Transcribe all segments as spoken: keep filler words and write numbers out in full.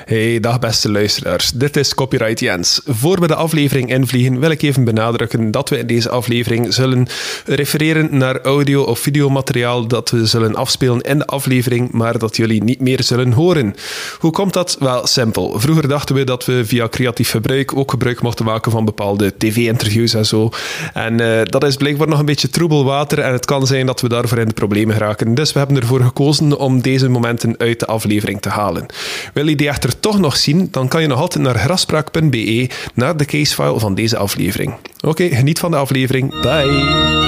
Hey, dag beste luisteraars. Dit is Copyright Jens. Voor we de aflevering invliegen, wil ik even benadrukken dat we in deze aflevering zullen refereren naar audio- of videomateriaal dat we zullen afspelen in de aflevering, maar dat jullie niet meer zullen horen. Hoe komt dat? Wel, simpel. Vroeger dachten we dat we via creatief verbruik ook gebruik mochten maken van bepaalde tv-interviews en zo. En uh, dat is blijkbaar nog een beetje troebel water en het kan zijn dat we daarvoor in de problemen geraken. Dus we hebben ervoor gekozen om deze momenten uit de aflevering te halen. Wil je die echter toch nog zien, dan kan je nog altijd naar graspraak punt b e naar de casefile van deze aflevering. Oké, okay, geniet van de aflevering. Bye!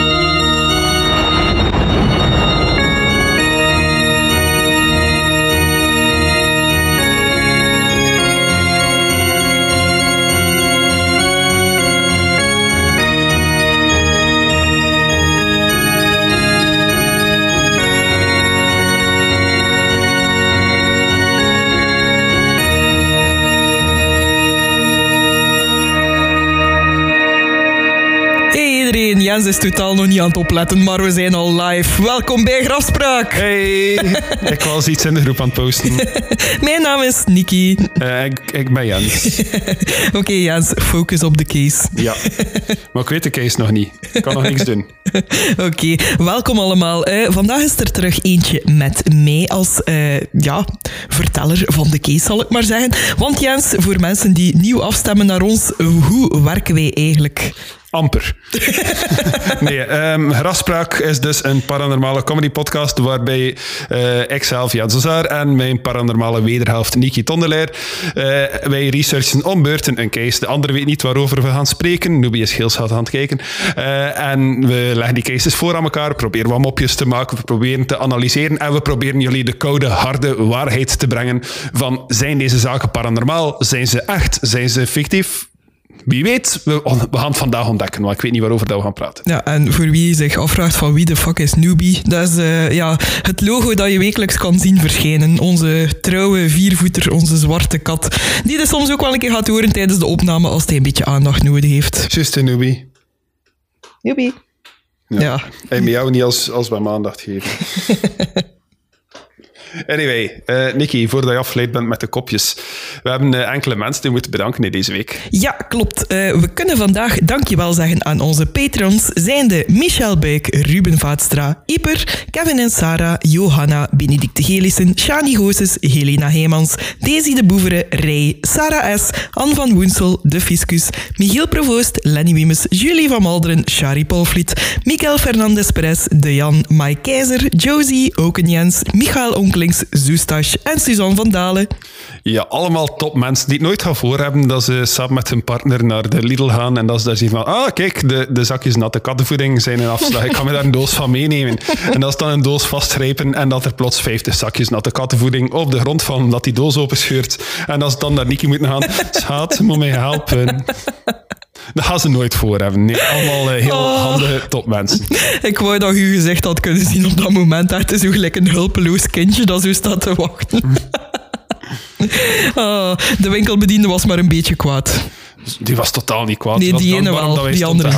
Jens is totaal nog niet aan het opletten, maar we zijn al live. Welkom bij Grafspraak. Hey, ik was iets in de groep aan het posten. Mijn naam is Nikki. Uh, ik, ik ben Jens. Oké okay, Jens, focus op de case. Ja, maar ik weet de case nog niet. Ik kan nog niks doen. Oké, okay, welkom allemaal. Uh, vandaag is er terug eentje met mij als uh, ja, verteller van de case, zal ik maar zeggen. Want Jens, voor mensen die nieuw afstemmen naar ons, hoe werken wij eigenlijk? Amper. Nee, um, Grafspraak is dus een paranormale comedy podcast waarbij uh, ikzelf, Jens Ozaar, en mijn paranormale wederhelft, Niki Tondelaar, uh, wij researchen om beurten een case. De andere weet niet waarover we gaan spreken. Noobie is heel schat aan het kijken. Uh, en we leggen die cases voor aan elkaar, proberen wat mopjes te maken, we proberen te analyseren en we proberen jullie de koude, harde waarheid te brengen van, zijn deze zaken paranormaal? Zijn ze echt? Zijn ze fictief? Wie weet, we, we gaan het vandaag ontdekken, maar ik weet niet waarover dat we gaan praten. Ja, en voor wie zich afvraagt van wie de fuck is Noobie, dat is uh, ja, het logo dat je wekelijks kan zien verschijnen. Onze trouwe viervoeter, onze zwarte kat, die er soms ook wel een keer gaat horen tijdens de opname als hij een beetje aandacht nodig heeft. Just een Noobie. Noobie. Ja. ja. En met jou niet als, als we hem aandacht geven. Anyway, uh, Nikki, voordat je afgeleid bent met de kopjes. We hebben uh, enkele mensen die we moeten bedanken deze week. Ja, klopt. Uh, we kunnen vandaag dankjewel zeggen aan onze patrons, zijnde Michel Buik, Ruben Vaatstra, Ieper, Kevin en Sarah, Johanna, Benedicte Gelissen, Shani Goossens, Helena Heijmans, Daisy de Boevere, Rij, Sarah S., Anne van Woensel, De Fiscus, Michiel Provoost, Lenny Wiemes, Julie van Malderen, Shari Polvliet, Miguel Fernandez Perez, De Jan, Mike Keizer, Josie, Oken Jens, Michael Onkel, Zoestache en Suzanne van Dalen. Ja, allemaal top mensen die het nooit gaan voor hebben dat ze samen met hun partner naar de Lidl gaan en dat ze daar zien van, ah kijk, de, de zakjes natte kattenvoeding zijn in afslag, ik kan me daar een doos van meenemen. En dat is dan een doos vastgrijpen en dat er plots vijftig zakjes natte kattenvoeding op de grond vallen, dat die doos openscheurt en dat ze dan naar Nikki moeten gaan, schat, moet mij helpen. Dat gaan ze nooit voor hebben. Nee, allemaal uh, heel oh. handige topmensen. Ik wou dat u gezegd had kunnen zien op dat moment. Het is zo gelijk een hulpeloos kindje dat zo staat te wachten. oh, de winkelbediende was maar een beetje kwaad. Die was totaal niet kwaad. Nee, die ene wel, die andere.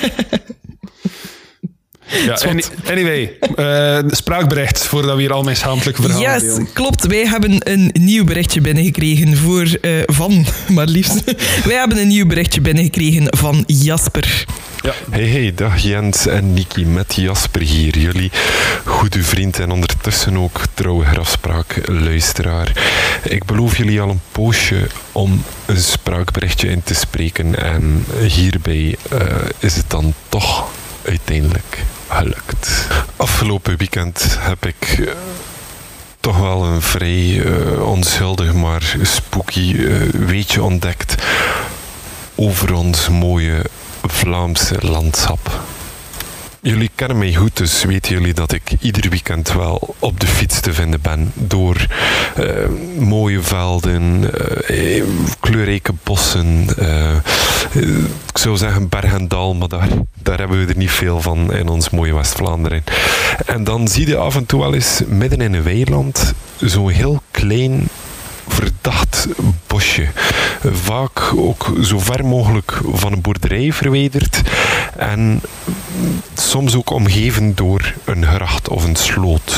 Ja, anyway, uh, spraakbericht voordat we hier al mijn schaamtelijke verhalen yes, delen. Klopt. Wij hebben een nieuw berichtje binnengekregen voor, uh, van, maar liefst. Wij hebben een nieuw berichtje binnengekregen van Jasper. Ja. Hey, hey, dag Jens en Nikki, met Jasper hier. Jullie goede vriend en ondertussen ook trouwe Grafspraak luisteraar. Ik beloof jullie al een poosje om een spraakberichtje in te spreken en hierbij uh, is het dan toch uiteindelijk gelukt. Afgelopen weekend heb ik uh, toch wel een vrij uh, onschuldig maar spooky uh, weetje ontdekt over ons mooie Vlaamse landschap. Jullie kennen mij goed, dus weten jullie dat ik ieder weekend wel op de fiets te vinden ben door uh, mooie velden, uh, kleurrijke bossen, uh, uh, ik zou zeggen berg en dal, maar daar, daar hebben we er niet veel van in ons mooie West-Vlaanderen. En dan zie je af en toe wel eens midden in een weiland zo'n heel klein verdacht bosje. Vaak ook zo ver mogelijk van een boerderij verwijderd en soms ook omgeven door een gracht of een sloot.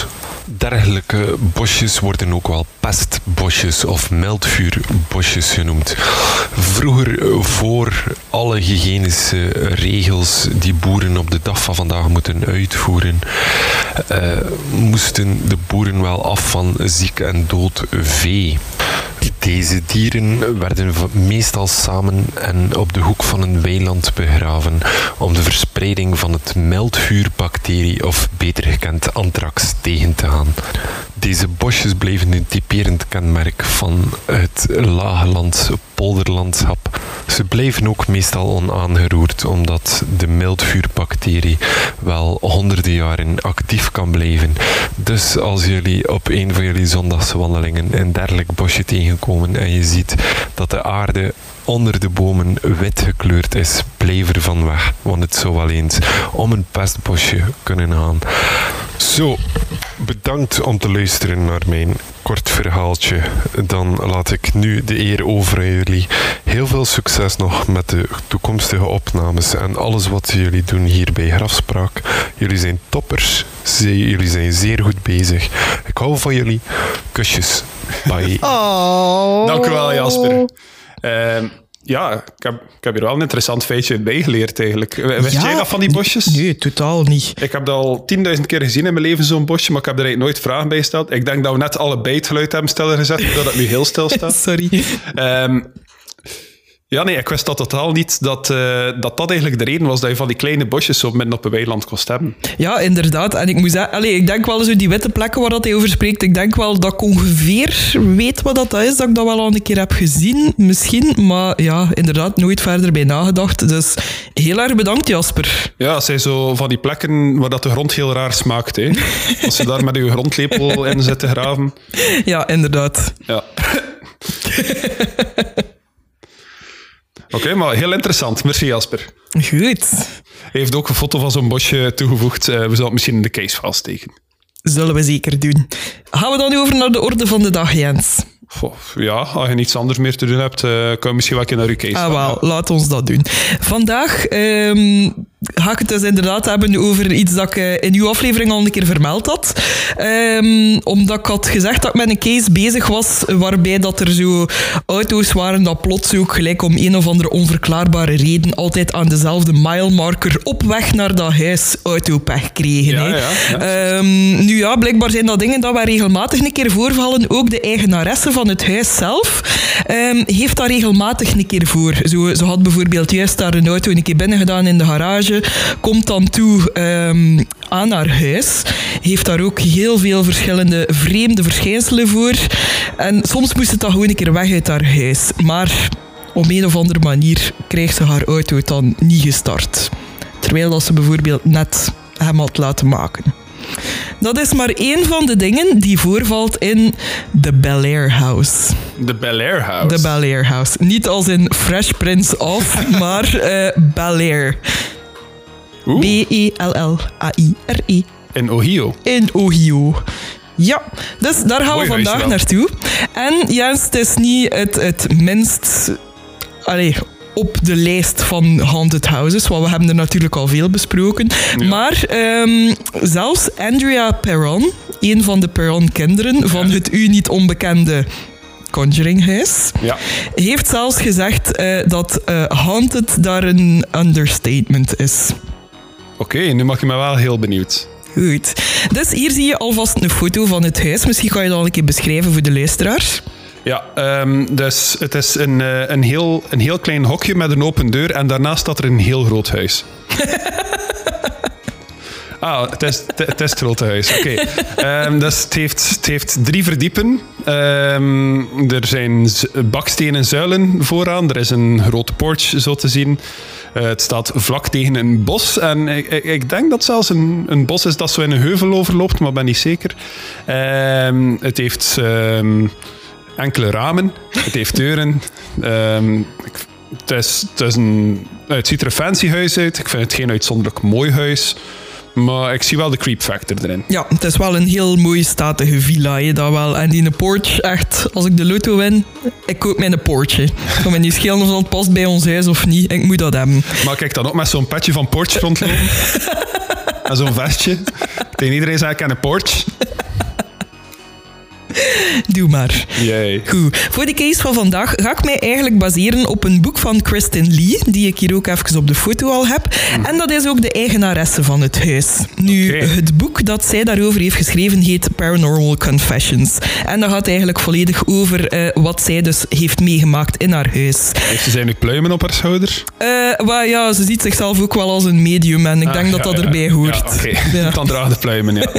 Dergelijke bosjes worden ook wel pestbosjes of melkvuurbosjes genoemd. Vroeger, voor alle hygiënische regels die boeren op de dag van vandaag moeten uitvoeren, uh, moesten de boeren wel af van ziek en dood vee. Deze dieren werden meestal samen en op de hoek van een weiland begraven om de verspreiding van het melkvuurbacterie, of beter gekend anthrax, tegen te gaan. Deze bosjes blijven een typerend kenmerk van het lagelandse polderlandschap. Ze blijven ook meestal onaangeroerd, omdat de miltvuurbacterie wel honderden jaren actief kan blijven. Dus als jullie op een van jullie zondagse wandelingen een dergelijk bosje tegenkomen en je ziet dat de aarde onder de bomen wit gekleurd is, blijf er van weg, want het zou wel eens om een pestbosje kunnen gaan. Zo, bedankt om te luisteren naar mijn kort verhaaltje. Dan laat ik nu de eer over aan jullie. Heel veel succes nog met de toekomstige opnames en alles wat jullie doen hier bij Grafspraak. Jullie zijn toppers. Jullie zijn zeer goed bezig. Ik hou van jullie. Kusjes. Bye. Oh. Dank u wel, Jasper. Uh, ja, ik heb, ik heb hier wel een interessant feitje bijgeleerd eigenlijk. Wist ja, jij dat van die bosjes? Nee, totaal niet. Ik heb dat al tienduizend keer gezien in mijn leven, zo'n bosje, maar ik heb er eigenlijk nooit vragen bij gesteld. Ik denk dat we net allebei het geluid hebben stiller gezet, doordat het nu heel stil staat. Sorry. Um, Ja, nee, ik wist dat totaal niet, dat, uh, dat dat eigenlijk de reden was dat je van die kleine bosjes zo midden op een weiland kost hebben. Ja, inderdaad. En ik moet zeggen, allez, ik denk wel zo die witte plekken waar dat hij over spreekt, ik denk wel dat ik ongeveer weet wat dat is, dat ik dat wel al een keer heb gezien, misschien. Maar ja, inderdaad, nooit verder bij nagedacht. Dus heel erg bedankt, Jasper. Ja, het zijn zo van die plekken waar dat de grond heel raar smaakt. Hè? Als je daar met je grondlepel in zit te graven. Ja, inderdaad. Ja. Oké, okay, maar heel interessant. Merci, Jasper. Goed. Hij heeft ook een foto van zo'n bosje toegevoegd. Uh, we zullen het misschien in de case vaststeken. Zullen we zeker doen. Gaan we dan nu over naar de orde van de dag, Jens? Goh, ja, als je niets anders meer te doen hebt, uh, kan je misschien wel een keer naar je case Ah, wel, gaan. laat ons dat doen. Vandaag um, ga ik het dus inderdaad hebben over iets dat ik uh, in uw aflevering al een keer vermeld had. Um, omdat ik had gezegd dat ik met een case bezig was waarbij dat er zo auto's waren dat plots ook gelijk om een of andere onverklaarbare reden altijd aan dezelfde milemarker op weg naar dat huis autopech kregen. Ja, hè. ja, ja. Um, nu ja, blijkbaar zijn dat dingen dat wij regelmatig een keer voorvallen. Ook de eigenaresse van het huis zelf um, heeft dat regelmatig een keer voor. Zo, ze had bijvoorbeeld juist daar een auto een keer binnen gedaan in de garage, komt dan toe um, aan haar huis, heeft daar ook heel veel verschillende vreemde verschijnselen voor. En soms moest het dan gewoon een keer weg uit haar huis. Maar op een of andere manier krijgt ze haar auto dan niet gestart. Terwijl dat ze bijvoorbeeld net hem had laten maken. Dat is maar één van de dingen die voorvalt in de Bel Air House. De Bel Air House? De Bel Air House. Niet als in Fresh Prince of, maar uh, Bel Air. B E L L A I R E. In Ohio? In Ohio. Ja, dus daar gaan Mooi we vandaag huis wel. naartoe. En Jens, het is niet het, het minst... Allee, op de lijst van haunted houses, want we hebben er natuurlijk al veel besproken. Ja. Maar um, zelfs Andrea Perron, een van de Perron-kinderen van het u niet onbekende Conjuring Huis, Ja. heeft zelfs gezegd uh, dat uh, haunted daar een understatement is. Oké, okay, nu mag je me wel heel benieuwd. Goed. Dus hier zie je alvast een foto van het huis. Misschien kan je dat al een keer beschrijven voor de luisteraars. Ja, um, dus het is een, uh, een, heel, een heel klein hokje met een open deur en daarnaast staat er een heel groot huis. Ah, het is het, het, is het grote huis, oké. Okay. Um, dus het heeft, het heeft drie verdiepen. Um, er zijn z- bakstenen zuilen vooraan. Er is een grote porch, zo te zien. Uh, het staat vlak tegen een bos. En ik, ik, ik denk dat het zelfs een, een bos is dat zo in een heuvel overloopt, maar ben niet zeker. Um, het heeft... Um, enkele ramen. Het heeft deuren. Um, ik, het, is, het, is een, het ziet er een fancy huis uit. Ik vind het geen uitzonderlijk mooi huis. Maar ik zie wel de creep factor erin. Ja, het is wel een heel mooie statige villa, hè, dat wel. En die porch, echt, als ik de lotto win, ik koop mijn porch. Hè. Ik kan me niet schelen of dat past bij ons huis of niet. Ik moet dat hebben. Maar kijk dan ook met zo'n petje van porch rondlopen. En zo'n vestje. Tegen iedereen zei ik aan een porch. Doe maar. Yay. Goed. Voor de case van vandaag ga ik mij eigenlijk baseren op een boek van Kristen Lee, die ik hier ook even op de foto al heb. Mm. En dat is ook de eigenaresse van het huis. Nu, okay. Het boek dat zij daarover heeft geschreven heet Paranormal Confessions. En dat gaat eigenlijk volledig over uh, wat zij dus heeft meegemaakt in haar huis. Heeft ze zijn nu pluimen op haar schouder? Uh, well, ja, ze ziet zichzelf ook wel als een medium en ik ah, denk dat ja, dat erbij ja. hoort. Ja, oké. Okay. Ja. Dan draag de pluimen, ja.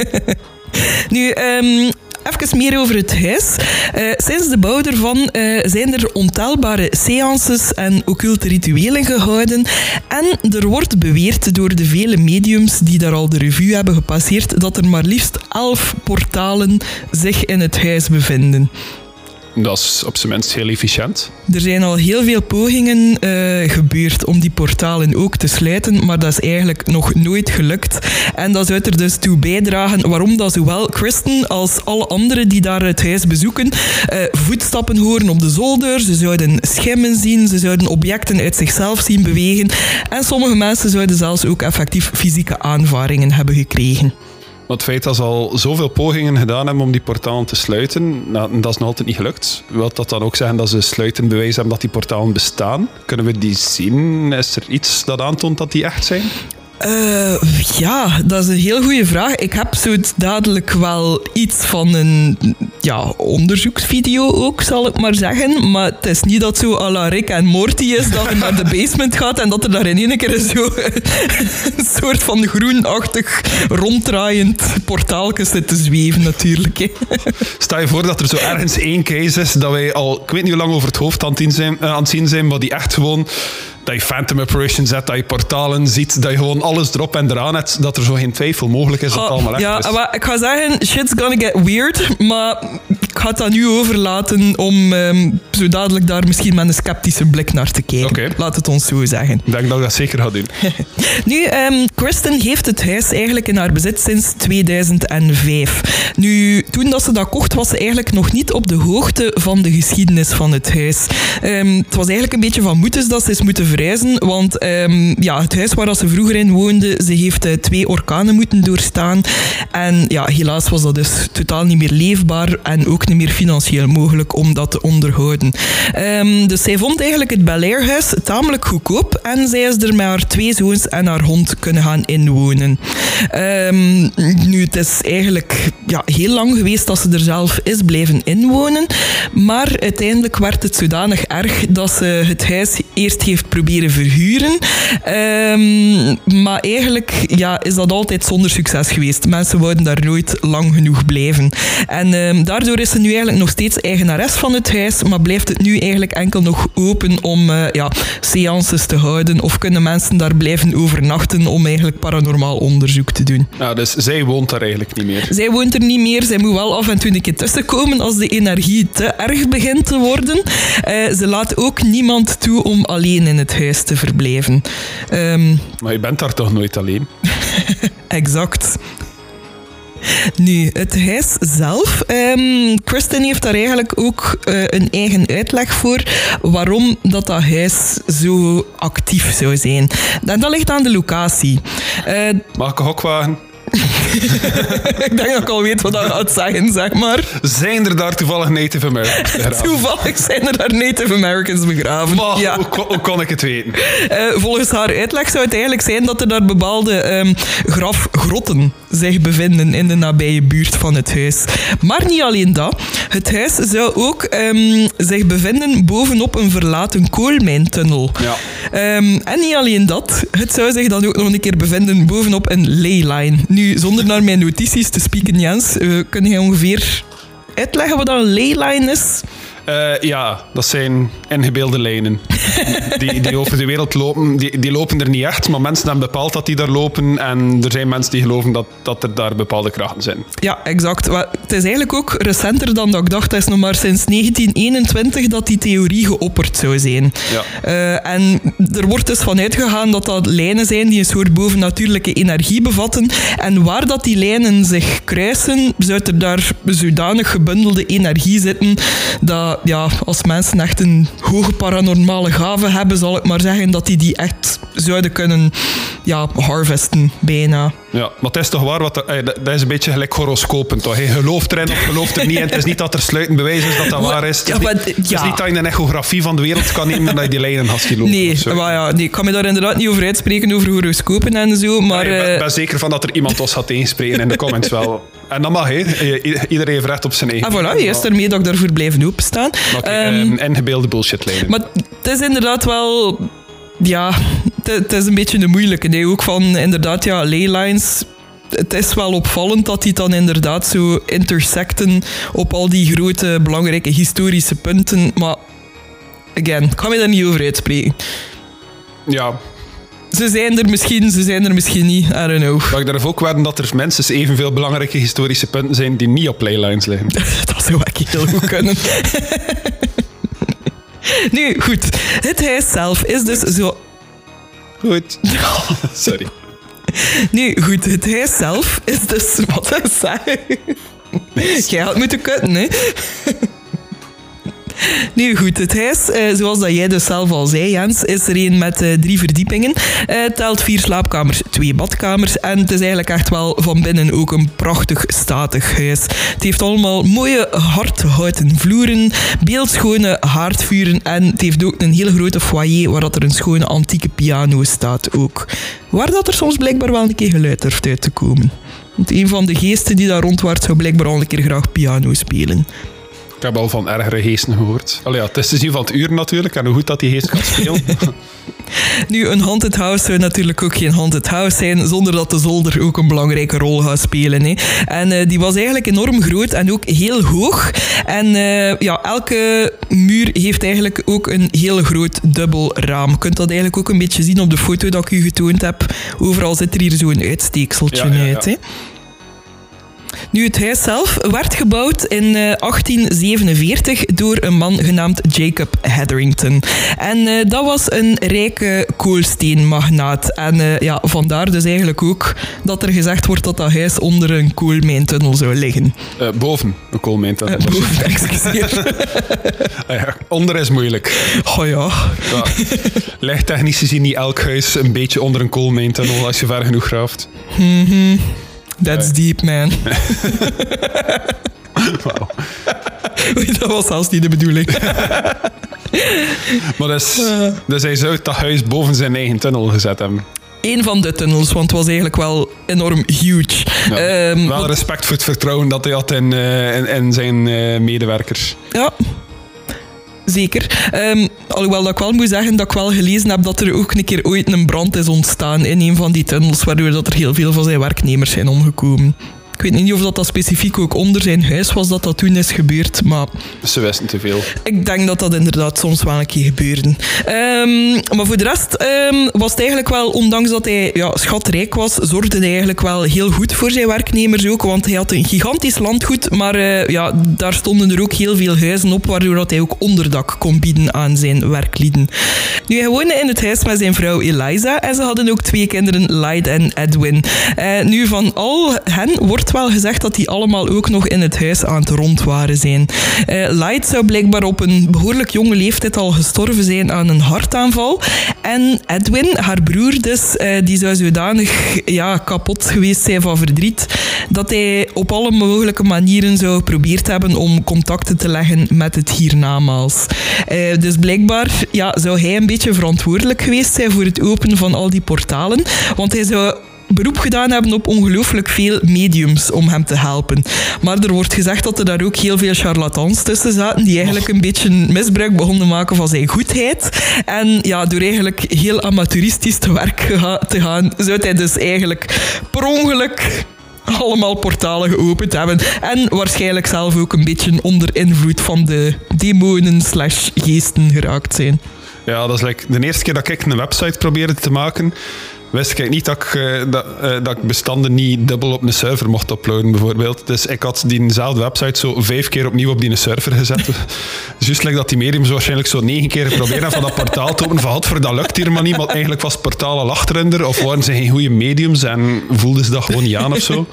Nu, um, even meer over het huis. Uh, sinds de bouw ervan uh, zijn er ontelbare séances en occulte rituelen gehouden. En er wordt beweerd door de vele mediums die daar al de revue hebben gepasseerd dat er maar liefst elf portalen zich in het huis bevinden. Dat is op zijn minst heel efficiënt. Er zijn al heel veel pogingen uh, gebeurd om die portalen ook te sluiten, maar dat is eigenlijk nog nooit gelukt. En dat zou er dus toe bijdragen waarom dat zowel Kristen als alle anderen die daar het huis bezoeken uh, voetstappen horen op de zolder, ze zouden schimmen zien, ze zouden objecten uit zichzelf zien bewegen en sommige mensen zouden zelfs ook effectief fysieke aanvaringen hebben gekregen. Maar het feit dat ze al zoveel pogingen gedaan hebben om die portalen te sluiten, nou, dat is nog altijd niet gelukt. Wil dat dan ook zeggen dat ze sluitend bewijs hebben dat die portalen bestaan? Kunnen we die zien? Is er iets dat aantoont dat die echt zijn? Uh, ja, dat is een heel goede vraag. Ik heb zo dadelijk wel iets van een ja, onderzoeksvideo ook, zal ik maar zeggen. Maar het is niet dat zo à la Rick en Morty is, dat je naar de basement gaat en dat er daar in één keer zo een soort van groenachtig ronddraaiend portaaltje zit te zweven natuurlijk. Hè. Stel je voor dat er zo ergens één case is dat wij al, ik weet niet hoe lang over het hoofd aan het, zien zijn, aan het zien zijn, maar die echt gewoon... Dat je Phantom Apparition zet, dat je portalen ziet, dat je gewoon alles erop en eraan hebt, dat er zo geen twijfel mogelijk is dat het allemaal echt ja, is. Maar ik ga zeggen, shit's gonna get weird, maar ik ga het aan u overlaten om um, zo dadelijk daar misschien met een sceptische blik naar te kijken. Okay. Laat het ons zo zeggen. Ik denk dat ik dat zeker ga doen. Nu, um, Kristen heeft het huis eigenlijk in haar bezit sinds tweeduizend vijf. Nu, toen dat ze dat kocht, was ze eigenlijk nog niet op de hoogte van de geschiedenis van het huis. Um, het was eigenlijk een beetje van moetes dat ze is moeten verhuizen, want um, ja, het huis waar ze vroeger in woonde, ze heeft uh, twee orkanen moeten doorstaan. En ja, helaas was dat dus totaal niet meer leefbaar en ook niet meer financieel mogelijk om dat te onderhouden. Um, dus zij vond eigenlijk het Bel Air huis tamelijk goedkoop en zij is er met haar twee zoons en haar hond kunnen gaan inwonen. Um, nu, het is eigenlijk ja, heel lang geweest dat ze er zelf is blijven inwonen, maar uiteindelijk werd het zodanig erg dat ze het huis eerst heeft proberen verhuren. Um, maar eigenlijk ja, is dat altijd zonder succes geweest. Mensen wouden daar nooit lang genoeg blijven. En um, daardoor is ze nu eigenlijk nog steeds eigenares van het huis, maar blijft het nu eigenlijk enkel nog open om uh, ja, séances te houden of kunnen mensen daar blijven overnachten om eigenlijk paranormaal onderzoek te doen. Ja, dus zij woont daar eigenlijk niet meer? Zij woont er niet meer. Zij moet wel af en toe een keer tussenkomen als de energie te erg begint te worden. Uh, ze laat ook niemand toe om alleen in het huis te verblijven. Um, maar je bent daar toch nooit alleen? Exact. Nu, het huis zelf. Um, Kristen heeft daar eigenlijk ook uh, een eigen uitleg voor waarom dat, dat huis zo actief zou zijn. En dat ligt aan de locatie. Uh, Mag ik een gok wagen? Ik denk dat ik al weet wat dat gaat zeggen, zeg maar. Zijn er daar toevallig Native Americans begraven? Toevallig zijn er daar Native Americans begraven. Maar, ja. hoe, hoe kon ik het weten? Uh, volgens haar uitleg zou het eigenlijk zijn dat er daar bepaalde um, grafgrotten zich bevinden in de nabije buurt van het huis. Maar niet alleen dat. Het huis zou ook um, zich bevinden bovenop een verlaten koolmijntunnel. Ja. Um, en niet alleen dat. Het zou zich dan ook nog een keer bevinden bovenop een leyline. Nu, zonder naar mijn notities te spieken, Jens, uh, kun je ongeveer uitleggen wat een leyline is? Uh, ja, dat zijn ingebeelde lijnen. Die, die over de wereld lopen. Die, die lopen er niet echt, maar mensen hebben bepaald dat die daar lopen. En er zijn mensen die geloven dat, dat er daar bepaalde krachten zijn. Ja, exact. Maar het is eigenlijk ook recenter dan dat ik dacht. Het is nog maar sinds negentien eenentwintig dat die theorie geopperd zou zijn. Ja. Uh, en er wordt dus van uitgegaan dat dat lijnen zijn die een soort bovennatuurlijke energie bevatten. En waar dat die lijnen zich kruisen, zou er daar zodanig gebundelde energie zitten dat ja, als mensen echt een hoge paranormale gave hebben, zal ik maar zeggen dat die die echt zouden kunnen ja, harvesten, bijna. Ja, maar het is toch waar, wat de, dat, dat is een beetje gelijk horoscopen, toch? Je gelooft erin of gelooft er niet in. Het is niet dat er sluitend bewijs is dat dat maar, waar is. Het is, ja, maar, niet, het ja. is niet dat je een echografie van de wereld kan nemen en dat je die lijnen gaat geloven. Nee, maar ja, nee, ik kan me daar inderdaad niet over uitspreken, over horoscopen en zo, maar... Ja, ik ben, uh, ben zeker van dat er iemand ons gaat tegenspreken in de comments wel. En dat mag, hè. Iedereen heeft recht op zijn eigen. Ah, voilà, juist daarmee dat ik daarvoor blijven openstaan. Okay, um, um, ingebeelde bullshitlijnen. Maar het is inderdaad wel... Ja, het is een beetje een moeilijke. Nee, ook van, inderdaad, ja, leylines... Het is wel opvallend dat die dan inderdaad zo intersecten op al die grote, belangrijke historische punten. Maar, again, ik kan me daar niet over uitspreken. Ja... Ze zijn er misschien, ze zijn er misschien niet. I don't know. Mag ik daarvoor ook wedden dat er mensen evenveel belangrijke historische punten zijn die niet op leylines liggen? Dat zou ik heel goed kunnen. Nu, goed. Het huis zelf is dus zo... Goed. Sorry. Nu, goed. Het huis zelf is dus... Wat is dat? Jij had moeten kutten, hè? Nu goed, het huis, eh, zoals dat jij dus zelf al zei, Jens, is er een met uh, drie verdiepingen. Uh, telt vier slaapkamers, twee badkamers en het is eigenlijk echt wel van binnen ook een prachtig statig huis. Het heeft allemaal mooie hardhouten vloeren, beeldschone haardvuren en het heeft ook een hele grote foyer waar dat er een schone antieke piano staat ook. Waar dat er soms blijkbaar wel een keer geluid durft uit te komen. Want een van de geesten die daar rondwaart zou blijkbaar al een keer graag piano spelen. Ik heb al van ergere geesten gehoord. Allee, ja, het is te zien van het uur natuurlijk en hoe goed dat die geest kan spelen. Nu, een haunted house zou natuurlijk ook geen haunted house zijn zonder dat de zolder ook een belangrijke rol gaat spelen. Hè. En uh, die was eigenlijk enorm groot en ook heel hoog. En uh, ja, elke muur heeft eigenlijk ook een heel groot dubbel raam. Je kunt dat eigenlijk ook een beetje zien op de foto dat ik u getoond heb. Overal zit er hier zo'n uitsteekseltje ja, ja, ja. uit. Hè. Nu, het huis zelf werd gebouwd in uh, achttien zevenenveertig door een man genaamd Jacob Hetherington. En uh, dat was een rijke koolsteenmagnaat. En uh, ja, vandaar dus eigenlijk ook dat er gezegd wordt dat dat huis onder een koolmijntunnel zou liggen. Uh, boven een koolmijntunnel. Uh, boven, excuseer. uh, ja, onder is moeilijk. Oh ja. ja. Lichttechnisch gezien niet elk huis een beetje onder een koolmijntunnel als je ver genoeg graaft. Mhm. That's deep, man. Wauw. Dat was zelfs niet de bedoeling. Maar dus, dus hij zou dat huis boven zijn eigen tunnel gezet hebben. Eén van de tunnels, want het was eigenlijk wel enorm huge. Ja, um, wel respect voor het vertrouwen dat hij had in, uh, in, in zijn uh, medewerkers. Ja. Zeker. Um, alhoewel dat ik wel moet zeggen dat ik wel gelezen heb dat er ook een keer ooit een brand is ontstaan in een van die tunnels, waardoor dat er heel veel van zijn werknemers zijn omgekomen. Ik weet niet of dat, dat specifiek ook onder zijn huis was dat dat toen is gebeurd, maar... Ze wisten te veel. Ik denk dat dat inderdaad soms wel een keer gebeurde. Um, maar voor de rest um, was het eigenlijk wel, ondanks dat hij ja, schatrijk was, zorgde hij eigenlijk wel heel goed voor zijn werknemers ook, want hij had een gigantisch landgoed, maar uh, ja, daar stonden er ook heel veel huizen op, waardoor dat hij ook onderdak kon bieden aan zijn werklieden. Nu, hij woonde in het huis met zijn vrouw Eliza en ze hadden ook twee kinderen, Lyde en Edwin. Uh, nu, van al hen wordt wel gezegd dat die allemaal ook nog in het huis aan het rond waren zijn. Uh, Lyde zou blijkbaar op een behoorlijk jonge leeftijd al gestorven zijn aan een hartaanval. En Edwin, haar broer dus, uh, die zou zodanig ja, kapot geweest zijn van verdriet, dat hij op alle mogelijke manieren zou geprobeerd hebben om contacten te leggen met het hiernamaals. Uh, dus blijkbaar ja, zou hij een beetje verantwoordelijk geweest zijn voor het openen van al die portalen, want hij zou beroep gedaan hebben op ongelooflijk veel mediums om hem te helpen. Maar er wordt gezegd dat er daar ook heel veel charlatans tussen zaten die eigenlijk een beetje misbruik begonnen maken van zijn goedheid. En ja, door eigenlijk heel amateuristisch te werk gega- te gaan, zou hij dus eigenlijk per ongeluk allemaal portalen geopend hebben. En waarschijnlijk zelf ook een beetje onder invloed van de demonen slash geesten geraakt zijn. Ja, dat is like de eerste keer dat ik een website probeerde te maken, wist ik niet dat ik, uh, dat, uh, dat ik bestanden niet dubbel op een server mocht uploaden, bijvoorbeeld. Dus ik had diezelfde website zo vijf keer opnieuw op die server gezet. Juist like dat die mediums waarschijnlijk zo negen keer geprobeerd hebben van dat portaal te openen. Van, voor dat lukt hier maar niet, want eigenlijk was het portaal al achterender. Of waren ze geen goede mediums en voelden ze dat gewoon niet aan of zo.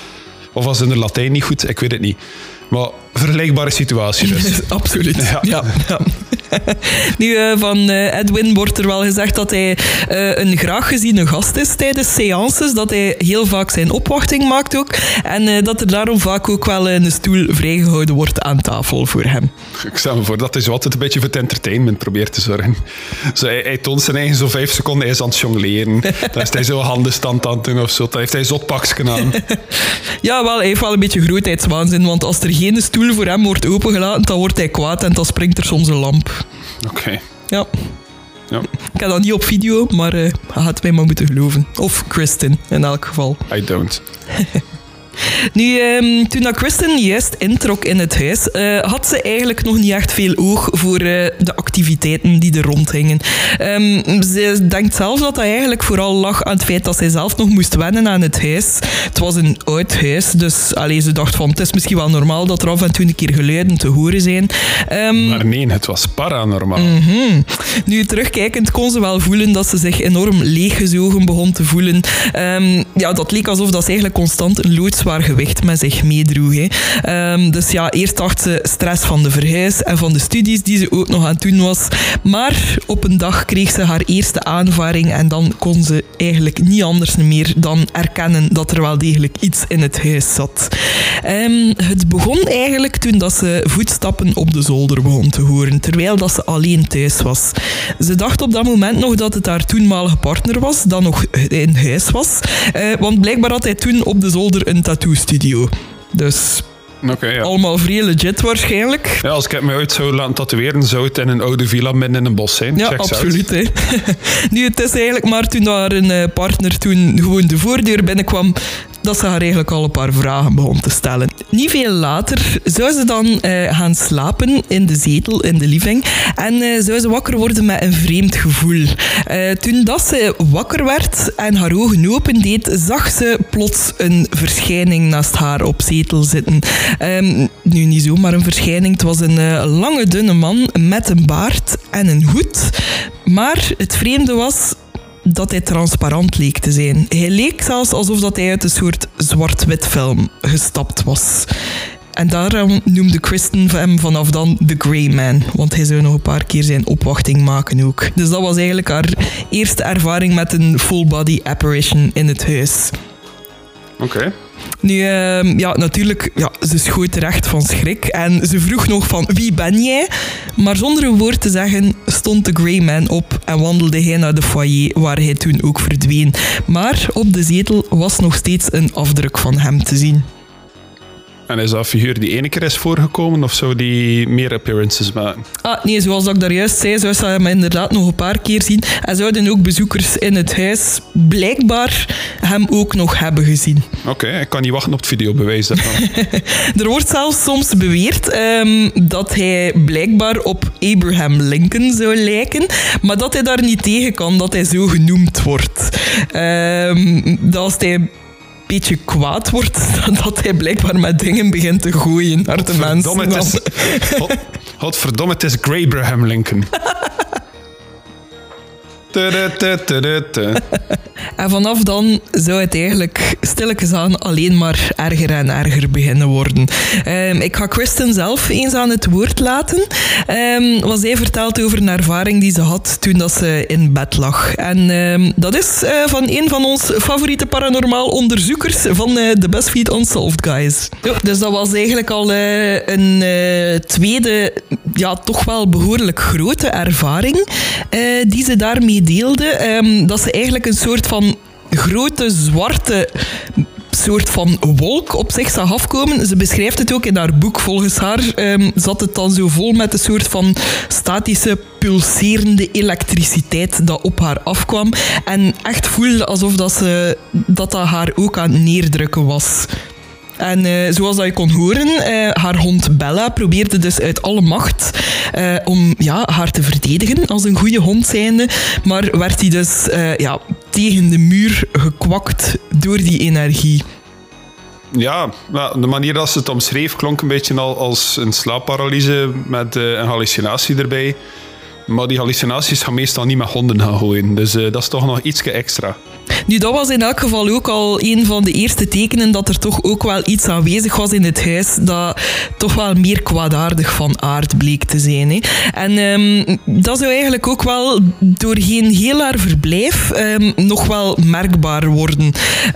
Of was in de Latijn niet goed, ik weet het niet. Maar vergelijkbare situatie dus. Absoluut, ja. ja, ja. Nu, uh, van uh, Edwin wordt er wel gezegd dat hij uh, een graag geziene gast is tijdens seances, dat hij heel vaak zijn opwachting maakt ook, en uh, dat er daarom vaak ook wel een stoel vrijgehouden wordt aan tafel voor hem. Ik stel me voor dat hij zo altijd een beetje voor het entertainment probeert te zorgen. Zo, hij, hij toont zijn eigen zo vijf seconden, hij is aan het jongleren. Dan is hij zo handenstand aan het doen of zo. Dan heeft hij zotpakjes aan. Ja, wel, hij heeft wel een beetje grootheidswaanzin, want als er geen stoel voor hem wordt opengelaten, dan wordt hij kwaad en dan springt er soms een lamp. Oké. Okay. Ja. Ja. Ik heb dat niet op video, maar uh, hij had mij maar moeten geloven. Of Kristen, in elk geval. I don't. Nu, um, toen dat Kristen juist introk in het huis, uh, had ze eigenlijk nog niet echt veel oog voor uh, de activiteiten die er rondhingen. Um, ze denkt zelf dat dat eigenlijk vooral lag aan het feit dat zij zelf nog moest wennen aan het huis. Het was een oud huis, dus allee, ze dacht van, het is misschien wel normaal dat er af en toe een keer geluiden te horen zijn. Um, maar nee, het was paranormaal. Mm-hmm. Nu, terugkijkend kon ze wel voelen dat ze zich enorm leeggezogen begon te voelen. Um, ja, dat leek alsof dat ze eigenlijk constant een loodzwaar gewicht met zich meedroeg. Hè. Um, dus ja, eerst dacht ze stress van de verhuis en van de studies die ze ook nog aan het doen was. Maar op een dag kreeg ze haar eerste aanvaring en dan kon ze eigenlijk niet anders meer dan erkennen dat er wel degelijk iets in het huis zat. Um, het begon eigenlijk toen dat ze voetstappen op de zolder begon te horen, terwijl dat ze alleen thuis was. Ze dacht op dat moment nog dat het haar toenmalige partner was, dat nog in huis was. Uh, want blijkbaar had hij toen op de zolder een tattoo-studio. Dus okay, ja. allemaal vrij legit waarschijnlijk. Ja, als ik het mij uit zou laten tatoeëren, zou het in een oude villa midden in een bos zijn. Ja, Check absoluut. Hè. Nu, het is eigenlijk maar toen haar een partner toen gewoon de voordeur binnenkwam, dat ze haar eigenlijk al een paar vragen begon te stellen. Niet veel later zou ze dan uh, gaan slapen in de zetel in de living en uh, zou ze wakker worden met een vreemd gevoel. Uh, toen dat ze wakker werd en haar ogen opendeed, zag ze plots een verschijning naast haar op zetel zitten. Um, nu, niet zomaar een verschijning, het was een uh, lange, dunne man met een baard en een hoed. Maar het vreemde was dat hij transparant leek te zijn. Hij leek zelfs alsof dat hij uit een soort zwart-wit film gestapt was. En daarom noemde Kristen hem vanaf dan The Grey Man, want hij zou nog een paar keer zijn opwachting maken ook. Dus dat was eigenlijk haar eerste ervaring met een full-body apparition in het huis. Oké. Okay. Nu, uh, ja, natuurlijk, ja, ze schoot terecht van schrik en ze vroeg nog van wie ben jij? Maar zonder een woord te zeggen stond de Grey Man op en wandelde hij naar de foyer waar hij toen ook verdween. Maar op de zetel was nog steeds een afdruk van hem te zien. En is dat figuur die ene keer is voorgekomen of zou die meer appearances maken? Ah, nee, zoals ik daar juist zei, zou ze hem inderdaad nog een paar keer zien. En zouden ook bezoekers in het huis blijkbaar hem ook nog hebben gezien. Oké, okay, ik kan niet wachten op het videobewijs daarvan. Er wordt zelfs soms beweerd um, dat hij blijkbaar op Abraham Lincoln zou lijken, maar dat hij daar niet tegen kan dat hij zo genoemd wordt. Um, dat als hij beetje kwaad wordt, dat hij blijkbaar met dingen begint te gooien naar de mensen. Het is, God, Godverdomme, het is Grabraham Lincoln. En vanaf dan zou het eigenlijk stilletjes aan alleen maar erger en erger beginnen worden. Um, ik ga Kristen zelf eens aan het woord laten. Um, wat zij vertelt over een ervaring die ze had toen dat ze in bed lag. En um, dat is uh, van een van ons favoriete paranormaal onderzoekers van uh, de BuzzFeed Unsolved Guys. Jo, dus dat was eigenlijk al uh, een uh, tweede, ja, toch wel behoorlijk grote ervaring uh, die ze daarmee deelde. Um, dat ze eigenlijk een soort van grote zwarte soort van wolk op zich zag afkomen. Ze beschrijft het ook in haar boek. Volgens haar um, zat het dan zo vol met een soort van statische, pulserende elektriciteit dat op haar afkwam. En echt voelde alsof dat, ze, dat, dat haar ook aan het neerdrukken was. En uh, zoals dat je kon horen, uh, haar hond Bella probeerde dus uit alle macht uh, om ja, haar te verdedigen als een goede hond zijnde. Maar werd hij dus uh, ja, tegen de muur gekwakt door die energie. Ja, de manier dat ze het omschreef klonk een beetje al als een slaapparalyse met uh, een hallucinatie erbij. Maar die hallucinaties gaan meestal niet met honden gaan gooien. Dus uh, dat is toch nog ietsje extra. Nu, dat was in elk geval ook al een van de eerste tekenen dat er toch ook wel iets aanwezig was in het huis dat toch wel meer kwaadaardig van aard bleek te zijn. Hè. En um, dat zou eigenlijk ook wel doorheen heel haar verblijf um, nog wel merkbaar worden.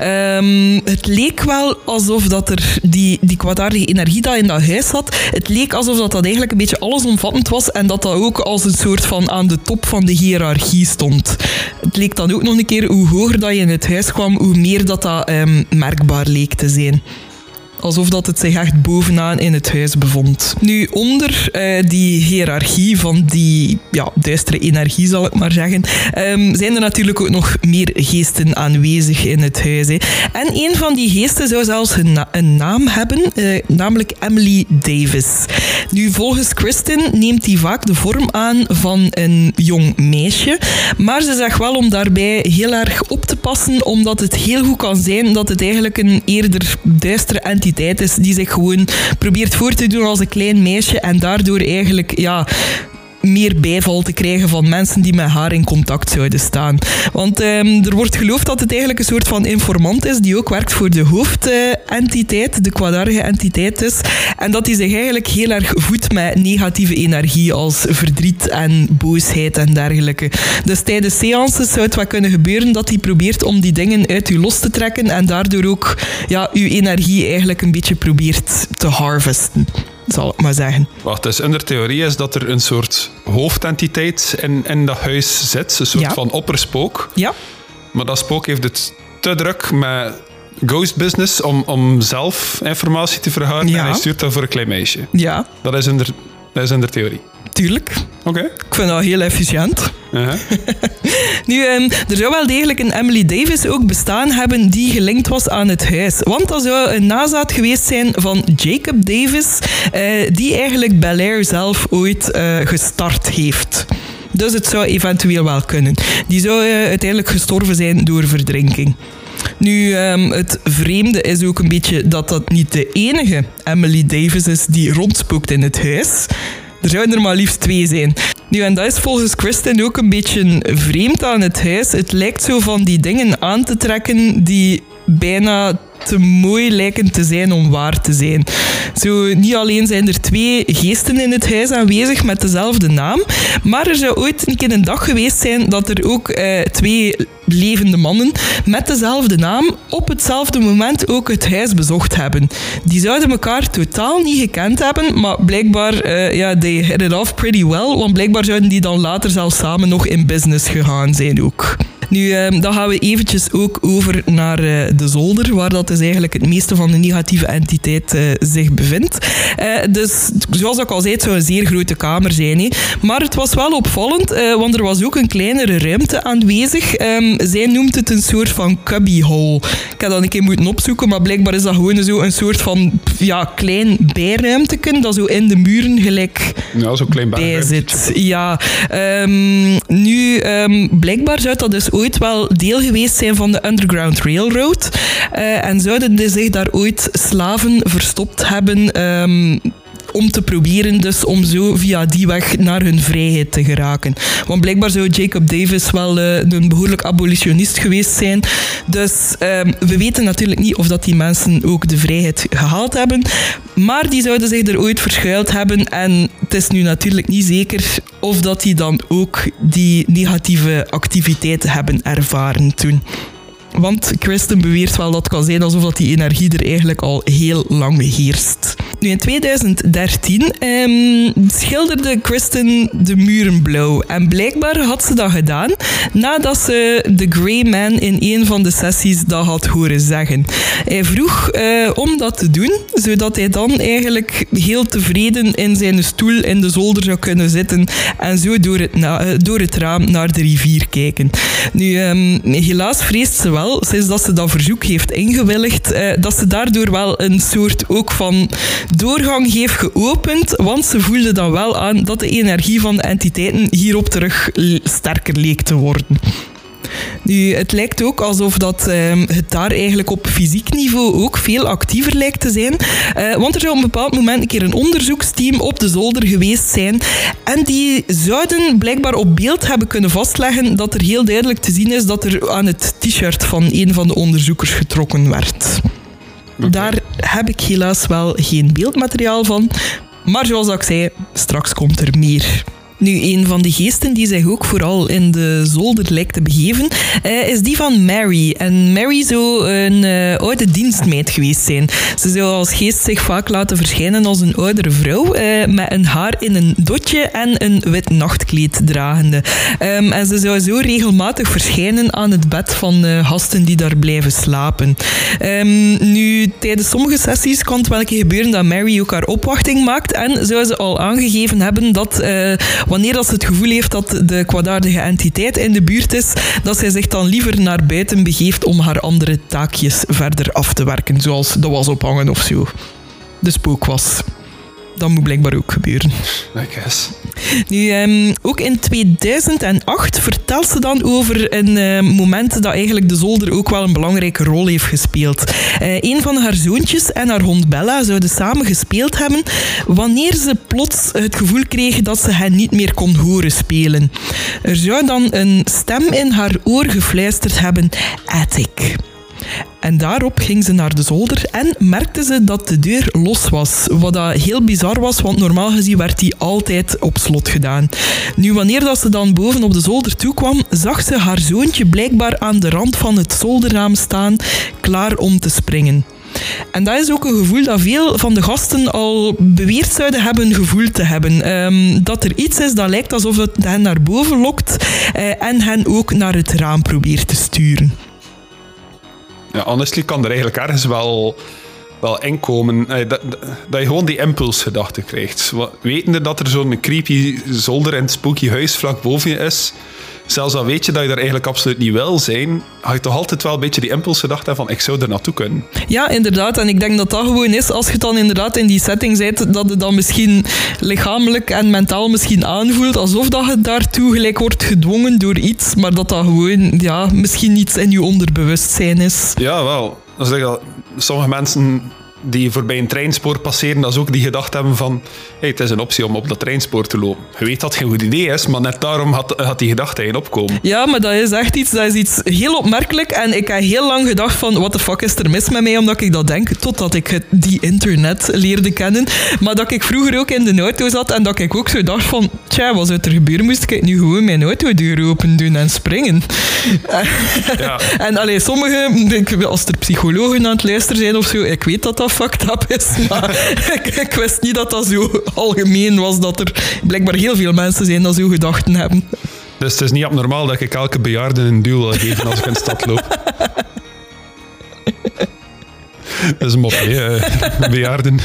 Um, het leek wel alsof dat er die, die kwaadaardige energie dat in dat huis zat, het leek alsof dat, dat eigenlijk een beetje allesomvattend was en dat dat ook als een soort van aan de top van de hiërarchie stond. Het leek dan ook nog een keer hoe hoger dat je in het huis kwam, hoe meer dat dat um, merkbaar leek te zijn. Alsof dat het zich echt bovenaan in het huis bevond. Nu, onder uh, die hiërarchie van die ja, duistere energie, zal ik maar zeggen, um, zijn er natuurlijk ook nog meer geesten aanwezig in het huis. Hè. En een van die geesten zou zelfs een, na- een naam hebben, uh, namelijk Emily Davis. Nu, volgens Kristen neemt die vaak de vorm aan van een jong meisje, maar ze zegt wel om daarbij heel erg op te passen, omdat het heel goed kan zijn dat het eigenlijk een eerder duistere entiteit is die zich gewoon probeert voor te doen als een klein meisje en daardoor eigenlijk ja, meer bijval te krijgen van mensen die met haar in contact zouden staan. Want um, er wordt geloofd dat het eigenlijk een soort van informant is die ook werkt voor de hoofdentiteit, uh, de kwaadaardige entiteit is, en dat die zich eigenlijk heel erg voedt met negatieve energie als verdriet en boosheid en dergelijke. Dus tijdens seances zou het wel kunnen gebeuren dat hij probeert om die dingen uit u los te trekken en daardoor ook ja, uw energie eigenlijk een beetje probeert te harvesten, zal ik maar zeggen. Wacht, dus in de theorie is dat er een soort hoofdentiteit in, in dat huis zit. Een soort ja. van opperspook. Ja. Maar dat spook heeft het te druk met ghost business om, om zelf informatie te vergaren. Ja. En hij stuurt dat voor een klein meisje. Ja. Dat is in de, dat is in de theorie. Tuurlijk. Oké. Okay. Ik vind dat heel efficiënt. Uh-huh. Nu, um, er zou wel degelijk een Emily Davis ook bestaan hebben die gelinkt was aan het huis. Want dat zou een nazaat geweest zijn van Jacob Davis, uh, die eigenlijk Bel Air zelf ooit uh, gestart heeft. Dus het zou eventueel wel kunnen. Die zou uh, uiteindelijk gestorven zijn door verdrinking. Nu, um, het vreemde is ook een beetje dat dat niet de enige Emily Davis is die rondspookt in het huis. Er zouden er maar liefst twee zijn. Nu, en dat is volgens Kristen ook een beetje vreemd aan het huis. Het lijkt zo van die dingen aan te trekken die bijna te mooi lijken te zijn om waar te zijn. Zo, niet alleen zijn er twee geesten in het huis aanwezig met dezelfde naam, maar er zou ooit een keer een dag geweest zijn dat er ook uh, twee levende mannen met dezelfde naam op hetzelfde moment ook het huis bezocht hebben. Die zouden elkaar totaal niet gekend hebben, maar blijkbaar, uh, ja, they hit it off pretty well, want blijkbaar zouden die dan later zelfs samen nog in business gegaan zijn ook. Nu, eh, dan gaan we eventjes ook over naar uh, de zolder, waar dat dus eigenlijk het meeste van de negatieve entiteit uh, zich bevindt. Uh, dus, zoals ik al zei, het zou een zeer grote kamer zijn. Hè. Maar het was wel opvallend, uh, want er was ook een kleinere ruimte aanwezig. Um, zij noemt het een soort van cubbyhole. Ik heb dat een keer moeten opzoeken, maar blijkbaar is dat gewoon zo een soort van ja, klein bijruimteken dat zo in de muren gelijk ja, zo klein bij zit. Ja, um, nu, um, blijkbaar zou dat dus ooit wel deel geweest zijn van de Underground Railroad. Uh, en zouden zich daar ooit slaven verstopt hebben um, om te proberen dus om zo via die weg naar hun vrijheid te geraken. Want blijkbaar zou Jacob Davis wel uh, een behoorlijk abolitionist geweest zijn. Dus um, we weten natuurlijk niet of dat die mensen ook de vrijheid gehaald hebben. Maar die zouden zich er ooit verschuild hebben. En het is nu natuurlijk niet zeker of dat die dan ook die negatieve activiteiten hebben ervaren toen. Want Kristen beweert wel dat het kan zijn alsof dat die energie er eigenlijk al heel lang heerst. Nu, in tweeduizend dertien um, schilderde Kristen de muren blauw. En blijkbaar had ze dat gedaan nadat ze The Grey Man in een van de sessies dat had horen zeggen. Hij vroeg uh, om dat te doen, zodat hij dan eigenlijk heel tevreden in zijn stoel in de zolder zou kunnen zitten en zo door het, na- door het raam naar de rivier kijken. Nu, um, helaas vreest ze wel, sinds dat ze dat verzoek heeft ingewilligd, uh, dat ze daardoor wel een soort ook van doorgang heeft geopend, want ze voelde dan wel aan dat de energie van de entiteiten hierop terug sterker leek te worden. Nu, het lijkt ook alsof dat, um, het daar eigenlijk op fysiek niveau ook veel actiever lijkt te zijn. Uh, want er zou op een bepaald moment een keer een onderzoeksteam op de zolder geweest zijn. En die zouden blijkbaar op beeld hebben kunnen vastleggen dat er heel duidelijk te zien is dat er aan het t-shirt van een van de onderzoekers getrokken werd. Okay. Daar heb ik helaas wel geen beeldmateriaal van. Maar zoals ik zei, straks komt er meer. Nu, een van de geesten die zich ook vooral in de zolder lijkt te begeven, uh, is die van Mary. En Mary zou een uh, oude dienstmeid geweest zijn. Ze zou als geest zich vaak laten verschijnen als een oudere vrouw, uh, met een haar in een dotje en een wit nachtkleed dragende. Um, en ze zou zo regelmatig verschijnen aan het bed van uh, gasten die daar blijven slapen. Um, nu, tijdens sommige sessies kan het wel een keer gebeuren dat Mary ook haar opwachting maakt en zou ze al aangegeven hebben dat... Uh, Wanneer dat ze het gevoel heeft dat de kwaadaardige entiteit in de buurt is, dat zij zich dan liever naar buiten begeeft om haar andere taakjes verder af te werken. Zoals de was ophangen of zo. De spookwas. Dat moet blijkbaar ook gebeuren. I guess. Nu, um, ook in tweeduizend acht vertelt ze dan over een uh, moment dat eigenlijk de zolder ook wel een belangrijke rol heeft gespeeld. Uh, een van haar zoontjes en haar hond Bella zouden samen gespeeld hebben wanneer ze plots het gevoel kreeg dat ze hen niet meer kon horen spelen. Er zou dan een stem in haar oor gefluisterd hebben: Attic. En daarop ging ze naar de zolder en merkte ze dat de deur los was. Wat dat heel bizar was, want normaal gezien werd die altijd op slot gedaan. Nu, wanneer dat ze dan boven op de zolder toekwam, zag ze haar zoontje blijkbaar aan de rand van het zolderraam staan, klaar om te springen. En dat is ook een gevoel dat veel van de gasten al beweerd zouden hebben gevoeld te hebben. Um, dat er iets is dat lijkt alsof het hen naar boven lokt uh, en hen ook naar het raam probeert te sturen. Ja, honestly kan er eigenlijk ergens wel, wel in komen dat, dat, dat je gewoon die impulsgedachte krijgt. Wetende dat er zo'n creepy zolder in het spooky huis vlak boven je is, zelfs al weet je dat je daar eigenlijk absoluut niet wil zijn, ga je toch altijd wel een beetje die impulsgedachte van ik zou er naartoe kunnen. Ja, inderdaad. En ik denk dat dat gewoon is, als je dan inderdaad in die setting bent, dat het dan misschien lichamelijk en mentaal misschien aanvoelt, alsof dat je daartoe gelijk wordt gedwongen door iets, maar dat dat gewoon ja, misschien iets in je onderbewustzijn is. Ja, wel. Dus dat sommige mensen die voorbij een treinspoor passeren, dat ze ook die gedachte hebben van hey, het is een optie om op dat treinspoor te lopen. Je weet dat het geen goed idee is, maar net daarom had, had die gedachte in opkomen. Ja, maar dat is echt iets, dat is iets heel opmerkelijk en ik heb heel lang gedacht van what the fuck is er mis met mij, omdat ik dat denk, totdat ik het, die internet leerde kennen. Maar dat ik vroeger ook in de auto zat en dat ik ook zo dacht van tja, wat zou er gebeuren, moest ik nu gewoon mijn autodeur open doen en springen. Ja. En allee, sommige, als er psychologen aan het luisteren zijn of zo, ik weet dat dat fucked up is, maar ik, ik wist niet dat dat zo algemeen was, dat er blijkbaar heel veel mensen zijn die zo gedachten hebben. Dus het is niet abnormaal dat ik elke bejaarde een duw wil geven als ik in de stad loop. Dat is een mop, hè, bejaarden.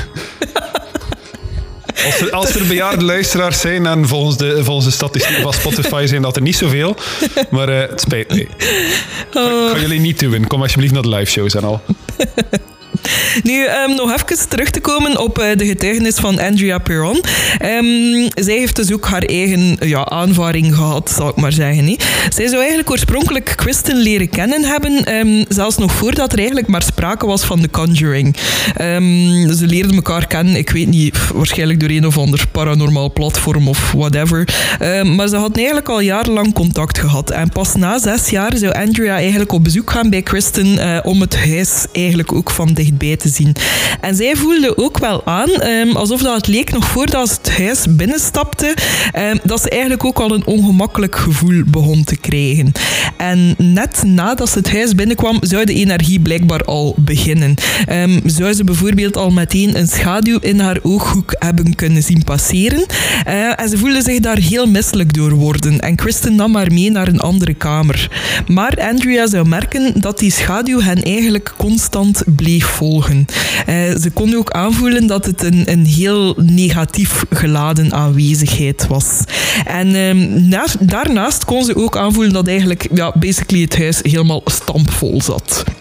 Als er, als er bejaarde luisteraars zijn, en volgens de, volgens de statistieken van Spotify zijn dat er niet zoveel, maar uh, het spijt me. Ik ga jullie niet doen. Kom alsjeblieft naar de live shows en al. Nu, um, nog even terug te komen op uh, de getuigenis van Andrea Perron. Um, zij heeft dus ook haar eigen ja, aanvaring gehad, zal ik maar zeggen. He. Zij zou eigenlijk oorspronkelijk Kristen leren kennen hebben, um, zelfs nog voordat er eigenlijk maar sprake was van The Conjuring. Um, ze leerden elkaar kennen, ik weet niet, waarschijnlijk door een of ander paranormaal platform of whatever. Um, maar ze hadden eigenlijk al jarenlang contact gehad. En pas na zes jaar zou Andrea eigenlijk op bezoek gaan bij Kristen uh, om het huis eigenlijk ook van dichtbij te zien. En zij voelde ook wel aan, um, alsof dat het leek nog voordat ze het huis binnenstapte, um, dat ze eigenlijk ook al een ongemakkelijk gevoel begon te krijgen. En net nadat ze het huis binnenkwam, zou de energie blijkbaar al beginnen. Um, zou ze bijvoorbeeld al meteen een schaduw in haar ooghoek hebben kunnen zien passeren. Uh, en ze voelde zich daar heel misselijk door worden. En Kristen nam haar mee naar een andere kamer. Maar Andrea zou merken dat die schaduw hen eigenlijk constant bleef volgen. Uh, ze kon ook aanvoelen dat het een, een heel negatief geladen aanwezigheid was. En um, na, daarnaast kon ze ook aanvoelen dat eigenlijk ja, basically het huis helemaal stampvol zat.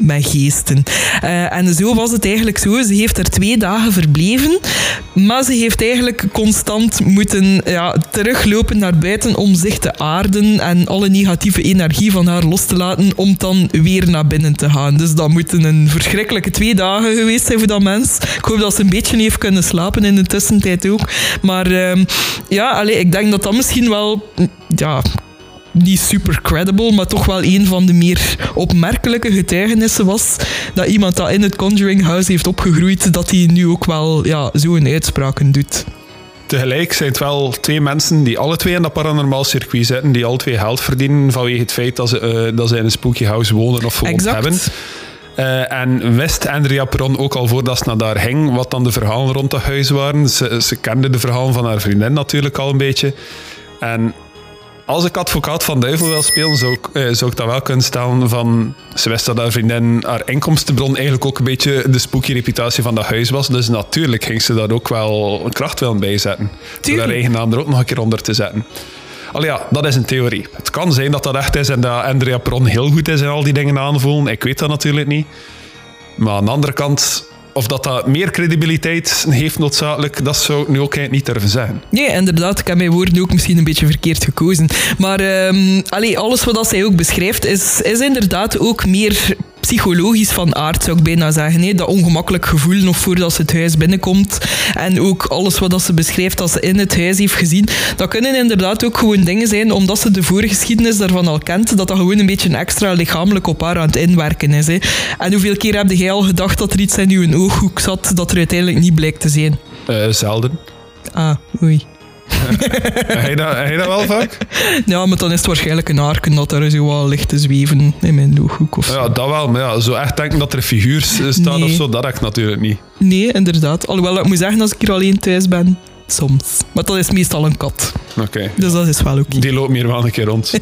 met geesten. Uh, en zo was het eigenlijk zo. Ze heeft er twee dagen verbleven, maar ze heeft eigenlijk constant moeten ja, teruglopen naar buiten om zich te aarden en alle negatieve energie van haar los te laten om dan weer naar binnen te gaan. Dus dat moeten een verschrikkelijke twee dagen geweest zijn voor dat mens. Ik hoop dat ze een beetje heeft kunnen slapen in de tussentijd ook. Maar uh, ja, allee, ik denk dat dat misschien wel... Ja, niet super credible, maar toch wel een van de meer opmerkelijke getuigenissen was dat iemand dat in het Conjuring House heeft opgegroeid, dat hij nu ook wel ja, zo'n uitspraken doet. Tegelijk zijn het wel twee mensen die alle twee in dat paranormaal circuit zitten, die alle twee geld verdienen vanwege het feit dat ze, uh, dat ze in een spooky house wonen of gewoond exact. hebben. Uh, en wist Andrea Perron ook al voordat ze naar daar ging, wat dan de verhalen rond dat huis waren. Ze, ze kende de verhalen van haar vriendin natuurlijk al een beetje. En als ik advocaat van duivel wil spelen, zou ik, uh, zou ik dat wel kunnen stellen van... Ze wist dat haar vriendin haar inkomstenbron eigenlijk ook een beetje de spooky reputatie van dat huis was. Dus natuurlijk ging ze daar ook wel een kracht willen bijzetten. Door haar eigen naam er ook nog een keer onder te zetten. Allee ja, dat is een theorie. Het kan zijn dat dat echt is en dat Andrea Perron heel goed is in al die dingen aanvoelen. Ik weet dat natuurlijk niet. Maar aan de andere kant... Of dat dat meer credibiliteit heeft noodzakelijk, dat zou ik nu ook niet durven zeggen. Nee, inderdaad. Ik heb mijn woorden ook misschien een beetje verkeerd gekozen. Maar um, allee, alles wat zij ook beschrijft, is, is inderdaad ook meer psychologisch van aard, zou ik bijna zeggen. Hè? Dat ongemakkelijk gevoel nog voordat ze het huis binnenkomt. En ook alles wat ze beschrijft als ze in het huis heeft gezien. Dat kunnen inderdaad ook gewoon dingen zijn, omdat ze de voorgeschiedenis daarvan al kent, dat dat gewoon een beetje extra lichamelijk op haar aan het inwerken is. Hè? En hoeveel keer heb jij al gedacht dat er iets in je ooghoek zat dat er uiteindelijk niet blijkt te zijn? Uh, zelden. Ah, oei. Heb je dat, heb je dat wel vaak? Ja, maar dan is het waarschijnlijk een aarken dat er zo wel ligt te zweven in mijn ooghoek of zo. Ja, dat wel. Maar ja, zo echt denken dat er een figuur staat nee. of zo, dat heb ik natuurlijk niet. Nee, inderdaad. Alhoewel, ik moet zeggen, als ik hier alleen thuis ben, soms. Maar dat is meestal een kat. Oké. Okay. Dus dat is wel oké. Okay. Die loopt hier wel een keer rond.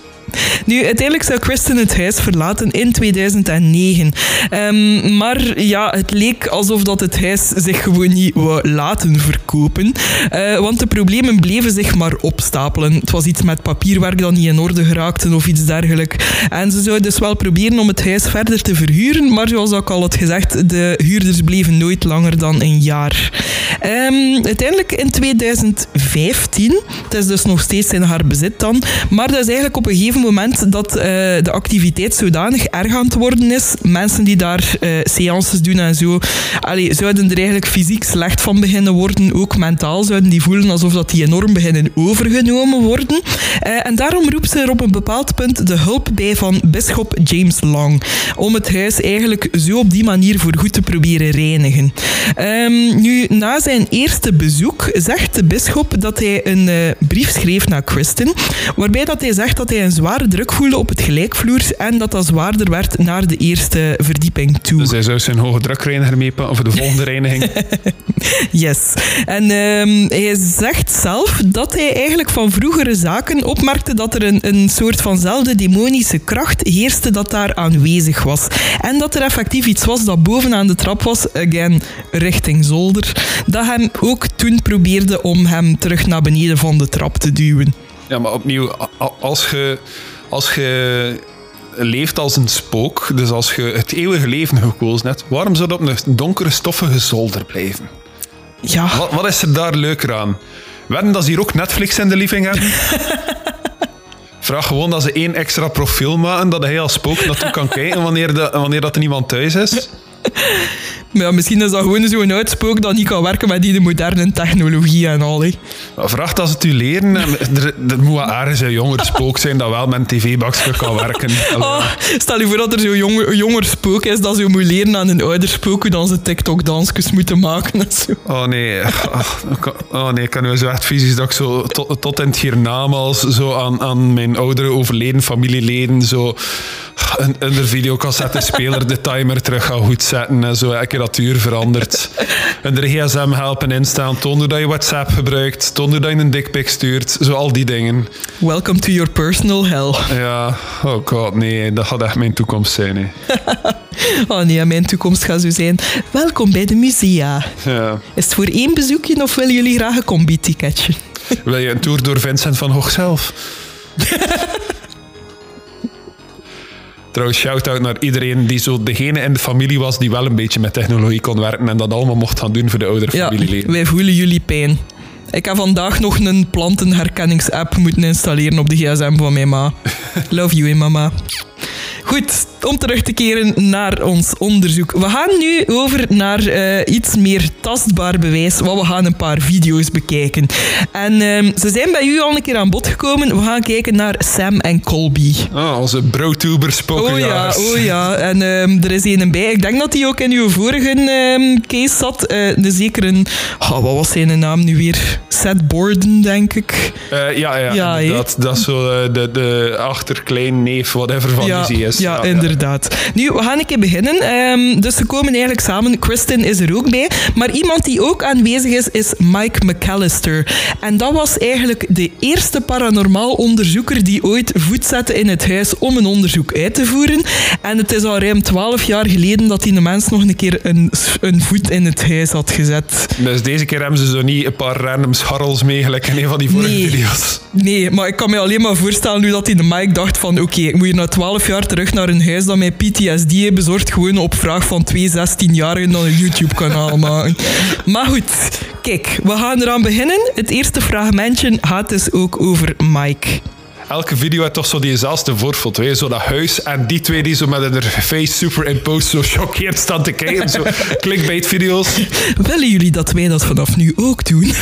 Nu, uiteindelijk zou Kristen het huis verlaten in tweeduizend negen. Um, maar ja, het leek alsof dat het huis zich gewoon niet wou laten verkopen. Uh, want de problemen bleven zich maar opstapelen. Het was iets met papierwerk dat niet in orde geraakte of iets dergelijks. En ze zouden dus wel proberen om het huis verder te verhuren, maar zoals ik al had gezegd, de huurders bleven nooit langer dan een jaar. Um, uiteindelijk in tweeduizend vijftien, het is dus nog steeds in haar bezit dan, maar dat is eigenlijk op een gegeven moment dat uh, de activiteit zodanig erg aan het worden is. Mensen die daar uh, seances doen en zo, allee, zouden er eigenlijk fysiek slecht van beginnen worden. Ook mentaal zouden die voelen alsof dat die enorm beginnen overgenomen worden. Uh, en daarom roept ze er op een bepaald punt de hulp bij van bisschop James Long. Om het huis eigenlijk zo op die manier voor goed te proberen reinigen. Um, nu, na zijn eerste bezoek zegt de bisschop dat hij een uh, brief schreef naar Kristen, waarbij dat hij zegt dat hij een zware druk voelde op het gelijkvloers en dat dat zwaarder werd naar de eerste verdieping toe. Dus hij zou zijn hoge drukreiniger meepakken voor de volgende reiniging? Yes. En um, hij zegt zelf dat hij eigenlijk van vroegere zaken opmerkte dat er een, een soort vanzelfde demonische kracht heerste dat daar aanwezig was. En dat er effectief iets was dat bovenaan de trap was, again, richting zolder, dat hem ook toen probeerde om hem terug naar beneden van de trap te duwen. Ja, maar opnieuw, als je, als je leeft als een spook, dus als je het eeuwige leven gekozen hebt, waarom zou dat op een donkere, stoffige zolder blijven? Ja. Wat, wat is er daar leuker aan? Wedden dat ze hier ook Netflix in de living hebben? Vraag gewoon dat ze één extra profiel maken, dat hij als spook naartoe kan kijken wanneer, de, wanneer dat er niemand thuis is. Maar ja, misschien is dat gewoon zo'n oud spook dat niet kan werken met die de moderne technologie en al. He. Vraag dat ze het u leren. Er, er moet wel ergens een jonger spook zijn dat wel met een tv-bakje kan werken. Oh, stel je voor dat er zo'n jonger, jonger spook is dat ze moet leren aan een ouder spook hoe dan ze TikTok-dansjes moeten maken en zo. Oh nee. Oh nee, ik kan nu zo echt fysisch dat ik zo tot, tot in het hiernamaals zo aan, aan mijn oudere overleden familieleden zo een, een videocassette-speler de timer terug gaan goed zetten en zo elke dat uur verandert. En de G S M helpen instaan, toon hoe dat je WhatsApp gebruikt, toon hoe dat je een dickpic stuurt, zo al die dingen. Welcome to your personal hell. Ja, oh god, nee, dat gaat echt mijn toekomst zijn. Hè. Oh nee, mijn toekomst gaat zo zijn. Welkom bij de musea. Ja. Is het voor één bezoekje of willen jullie graag een combi-ticketje? Wil je een tour door Vincent van Gogh zelf? Trouwens, shout-out naar iedereen die zo degene in de familie was die wel een beetje met technologie kon werken en dat allemaal mocht gaan doen voor de oudere Ja, familieleden. wij voelen jullie pijn. Ik heb vandaag nog een plantenherkenningsapp moeten installeren op de gsm van mijn ma. Love you, mama. Goed, om terug te keren naar ons onderzoek. We gaan nu over naar uh, iets meer tastbaar bewijs, want we gaan een paar video's bekijken. En uh, ze zijn bij u al een keer aan bod gekomen. We gaan kijken naar Sam en Colby. Ah, onze bro-tubers, Oh ja, pokerjagers. oh ja. En uh, er is een bij. Ik denk dat hij ook in uw vorige uh, case zat. Uh, de zeker een... Oh, wat was zijn naam nu weer? Seth Borden, denk ik. Uh, ja, ja, Ja, dat, dat is zo uh, de, de achterkleinneef, whatever van Ja, Izzy is. ja, inderdaad. Nu, we gaan een keer beginnen. Um, dus ze komen eigenlijk samen. Kristen is er ook bij. Maar iemand die ook aanwezig is, is Mike McAllister. En dat was eigenlijk de eerste paranormaal onderzoeker die ooit voet zette in het huis om een onderzoek uit te voeren. En het is al ruim twaalf jaar geleden dat die mens nog een keer een, een voet in het huis had gezet. Dus deze keer hebben ze zo niet een paar random scharrels mee, gelijk in een van die vorige Nee. video's. Nee, maar ik kan me alleen maar voorstellen nu dat die de Mike dacht van oké, okay, ik moet hier na twaalf jaar terug naar een huis dat mij P T S D heeft bezorgd, gewoon op vraag van twee zestienjarigen dan een YouTube-kanaal maken. Maar goed, kijk, we gaan eraan beginnen. Het eerste fragmentje gaat dus ook over Mike. Elke video heeft toch zo diezelfde voorfoto, hè? Zo dat huis en die twee die zo met hun face superimposed zo choqueerd staan te kijken. Zo clickbait-video's. Willen jullie dat wij dat vanaf nu ook doen?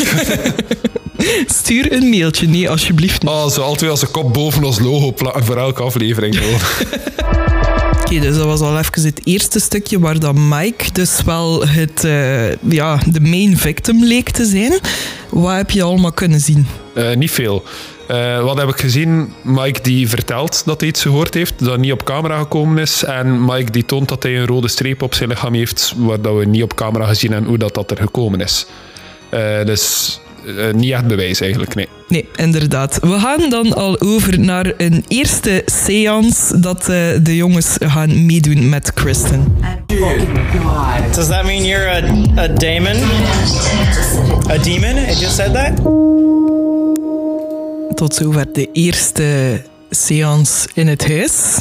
Stuur een mailtje, nee, alsjeblieft niet. Oh, zo altijd als een kop boven ons logo plakken voor elke aflevering. Oké, okay, dus dat was al even het eerste stukje waar dat Mike dus wel het, uh, ja, de main victim leek te zijn. Wat heb je allemaal kunnen zien? Uh, niet veel. Uh, wat heb ik gezien? Mike die vertelt dat hij iets gehoord heeft, dat niet op camera gekomen is. En Mike die toont dat hij een rode streep op zijn lichaam heeft, waar dat we niet op camera gezien hebben hoe dat, dat er gekomen is. Uh, dus uh, niet echt bewijs eigenlijk, nee. Nee, inderdaad. We gaan dan al over naar een eerste séance dat uh, de jongens gaan meedoen met Kristen. Does that mean you're a, a daemon? A demon? It just said that? Tot zover de eerste séance in het huis.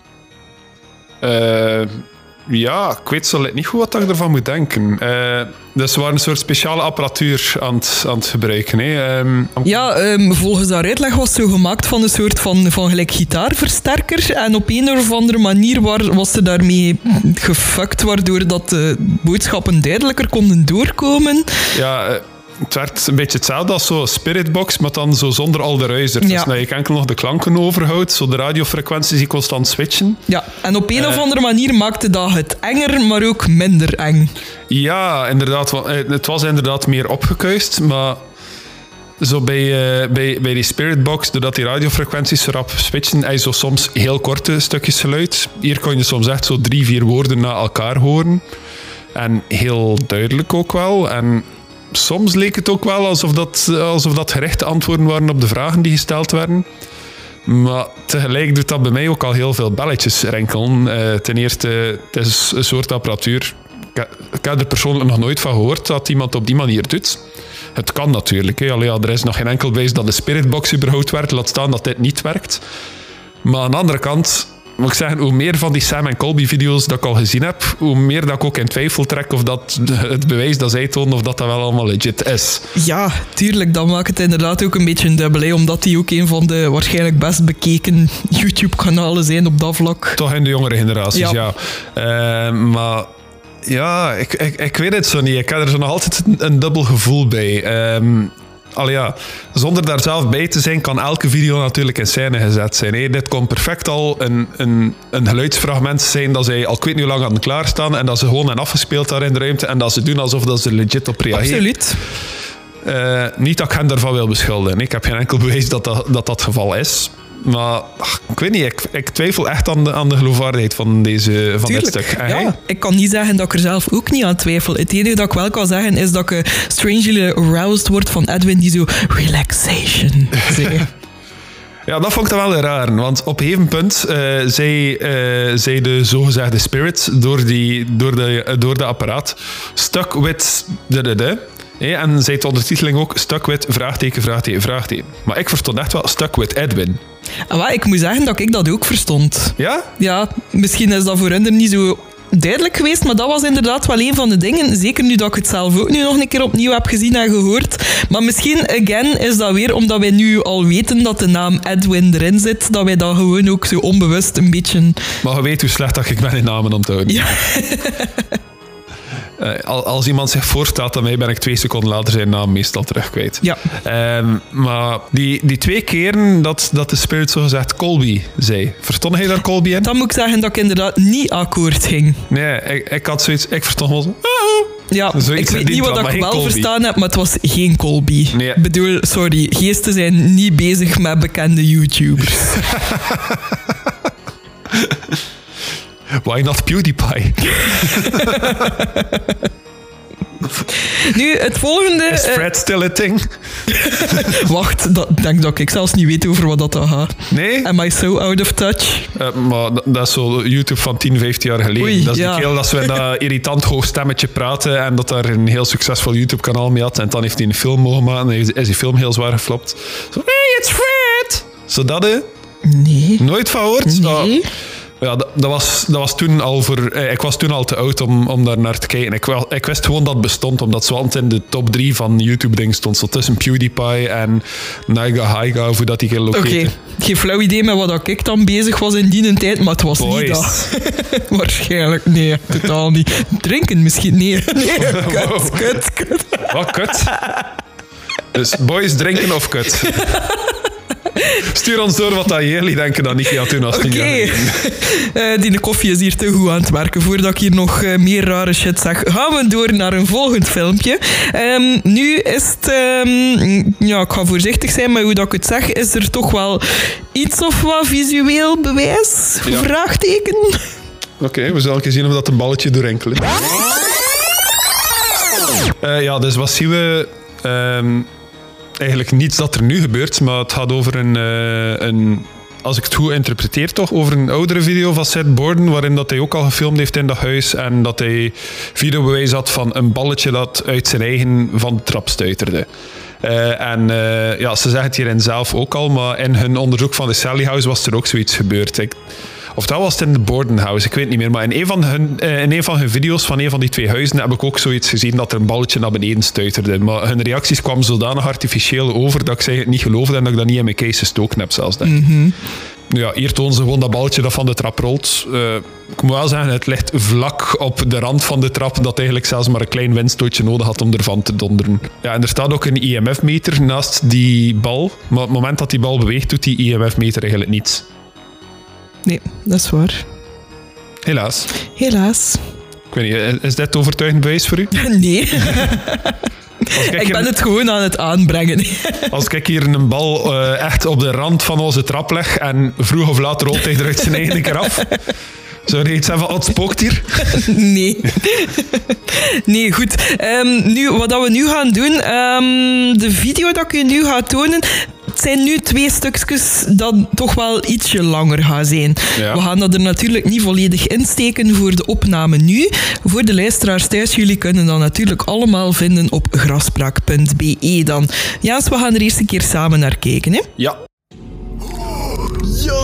Uh, ja, ik weet zo niet goed wat ik ervan moet denken. Uh, dus we waren een soort speciale apparatuur aan het, aan het gebruiken. Hè. Um, ja, um, volgens haar uitleg was het zo gemaakt van een soort van, van gelijk gitaarversterker. En op een of andere manier war, was ze daarmee gefuckt, waardoor dat de boodschappen duidelijker konden doorkomen. Ja, uh, het werd een beetje hetzelfde als zo'n spiritbox, maar dan zo zonder al de ruizers. Ja. Dus dat je enkel nog de klanken overhoudt, zo de radiofrequenties die constant switchen. Ja, en op een uh, of andere manier maakte dat het enger, maar ook minder eng. Ja, inderdaad. Het was inderdaad meer opgekuist, maar zo bij, uh, bij, bij die spiritbox, doordat die radiofrequenties zo rap switchen, heb je zo soms heel korte stukjes geluid. Hier kon je soms echt zo drie, vier woorden na elkaar horen. En heel duidelijk ook wel. En soms leek het ook wel alsof dat, alsof dat gerechte antwoorden waren op de vragen die gesteld werden. Maar tegelijk doet dat bij mij ook al heel veel belletjes rinkelen. Uh, ten eerste, het is een soort apparatuur. Ik, ik heb er persoonlijk nog nooit van gehoord dat iemand op die manier doet. Het kan natuurlijk. Hè. Allee, ja, er is nog geen enkel bewijs dat de spiritbox überhaupt werkt. Laat staan dat dit niet werkt. Maar aan de andere kant moet ik zeggen, hoe meer van die Sam en Colby video's dat ik al gezien heb, hoe meer dat ik ook in twijfel trek of dat het bewijs dat zij tonen, of dat dat wel allemaal legit is. Ja, tuurlijk. Dan maakt het inderdaad ook een beetje een dubbel, hè, omdat die ook een van de waarschijnlijk best bekeken YouTube-kanalen zijn op dat vlak. Toch in de jongere generaties, ja. ja. Uh, maar ja, ik, ik, ik weet het zo niet. Ik heb er zo nog altijd een, een dubbel gevoel bij. Um, Allee ja, zonder daar zelf bij te zijn, kan elke video natuurlijk in scène gezet zijn. Hè. Dit kon perfect al een, een, een geluidsfragment zijn dat zij al ik weet niet hoe lang aan het klaarstaan en dat ze gewoon hebben afgespeeld daar in de ruimte en dat ze doen alsof dat ze er legit op reageren. Absoluut. Uh, niet dat ik hen daarvan wil beschuldigen. Ik heb geen enkel bewijs dat dat, dat, dat geval is. Maar ach, ik weet niet, ik, ik twijfel echt aan de, aan de geloofwaardigheid van, deze, van dit stuk. En ja, hij? ik kan niet zeggen dat ik er zelf ook niet aan twijfel. Het enige dat ik wel kan zeggen is dat ik strangely aroused word van Edwin die zo relaxation zei. Ja, dat vond ik dan wel raar, want op een gegeven punt uh, zei, uh, zei de zogezegde spirit door, die, door, de, door de apparaat stuck with de, de, de. Hey, en zei de ondertiteling ook stuck with vraagteken, vraagteken, vraagteken. Maar ik verstond echt wel stuck with Edwin. Ah, wel, ik moet zeggen dat ik dat ook verstond. Ja? Ja, misschien is dat voor hen niet zo duidelijk geweest, maar dat was inderdaad wel een van de dingen. Zeker nu dat ik het zelf ook nu nog een keer opnieuw heb gezien en gehoord. Maar misschien, again, is dat weer omdat wij nu al weten dat de naam Edwin erin zit, dat wij dat gewoon ook zo onbewust een beetje... Maar je weet hoe slecht dat ik ben in namen onthouden. Ja. Uh, als iemand zich voorstelt aan mij, ben ik twee seconden later zijn naam meestal terug kwijt. Ja. Um, maar die, die twee keren dat, dat de Spirit zo gezegd Colby zei, verstond hij daar Colby in? Dan moet ik zeggen dat ik inderdaad niet akkoord ging. Nee, ik, ik had zoiets, ik verstond wel zo... Ja, ik weet niet wat ik wel Colby. verstaan heb, maar het was geen Colby. Nee. Ik bedoel, sorry, geesten zijn niet bezig met bekende YouTubers. Why not PewDiePie? Nu, het volgende... Is Fred still a thing? Wacht, ik denk dat ik zelfs niet weet over wat dat gaat. Nee? Am I so out of touch? Uh, maar dat is zo YouTube van tien, vijftien jaar geleden. Oei, dat is ja. die kerel dat ze met dat irritant hoog stemmetje praten en dat daar een heel succesvol YouTube-kanaal mee had. En dan heeft hij een film mogen maken en is die film heel zwaar geflopt. Zo, hey, it's Fred! Zo dat, hè? Nee. Nooit van gehoord? Nee. Oh. Ja, dat, dat, was, dat was toen al voor... Eh, ik was toen al te oud om, om daar naar te kijken. Ik, wel, ik wist gewoon dat het bestond, omdat zo altijd in de top drie van YouTube-dingen stond. Zo tussen PewDiePie en Naiga Haiga, of hoe dat die kerel ook Oké, heette. geen flauw idee met wat ik dan bezig was in die tijd, maar het was Boys. niet dat. Waarschijnlijk, nee, totaal niet. Drinken misschien, nee. Nee, kut, Wow. kut, kut. Wat kut? Dus boys, drinken of kut? Stuur ons door wat dat jullie denken dat Nicky had toen als tien jaar Oké, geleden. uh, die koffie is hier te goed aan het werken. Voordat ik hier nog uh, meer rare shit zeg, gaan we door naar een volgend filmpje. Um, nu is het... Um, ja, ik ga voorzichtig zijn, maar hoe dat ik het zeg, is er toch wel iets of wat visueel bewijs? Ja. Vraagteken? Oké, okay, we zullen eens zien of dat een balletje doorenkelen. Uh, ja, dus wat zien we... Um, eigenlijk niets dat er nu gebeurt, maar het gaat over een, uh, een... Als ik het goed interpreteer toch, over een oudere video van Seth Borden, waarin dat hij ook al gefilmd heeft in dat huis en dat hij videobewijs had van een balletje dat uit zijn eigen van de trap stuiterde. Uh, en uh, ja, ze zeggen het hierin zelf ook al, maar in hun onderzoek van de Sally House was er ook zoiets gebeurd. Ik, Of dat was het in de Borden House, ik weet niet meer. Maar in een, van hun, in een van hun video's van een van die twee huizen heb ik ook zoiets gezien dat er een balletje naar beneden stuiterde. Maar hun reacties kwamen zodanig artificieel over dat ik zei het niet geloofde en dat ik dat niet in mijn case gestoken heb zelfs, denk ik. Mm-hmm. Ja, hier tonen ze gewoon dat balletje dat van de trap rolt. Uh, ik moet wel zeggen, het ligt vlak op de rand van de trap, dat eigenlijk zelfs maar een klein windstootje nodig had om ervan te donderen. Ja, en er staat ook een I M F-meter naast die bal. Maar op het moment dat die bal beweegt, doet die I M F-meter eigenlijk niets. Nee, dat is waar. Helaas. Helaas. Ik weet niet, is dit overtuigend bewijs voor u? Nee. Als ik, ik hier, ben het gewoon aan het aanbrengen. als ik hier een bal uh, echt op de rand van onze trap leg en vroeg of laat rolt hij er uit zijn eigen keer af, zou je iets hebben van, wat spookt hier? Nee. Nee, goed. Um, nu, wat dat we nu gaan doen, um, de video dat ik je nu ga tonen, het zijn nu twee stukjes dat toch wel ietsje langer gaan zijn. Ja. We gaan dat er natuurlijk niet volledig insteken voor de opname nu. Voor de luisteraars thuis, jullie kunnen dat natuurlijk allemaal vinden op graspraak punt b e dan. Jans, we gaan er eerst een keer samen naar kijken, hè? Ja. Yo!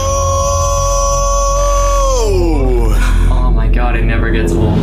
Oh my god, it never gets old.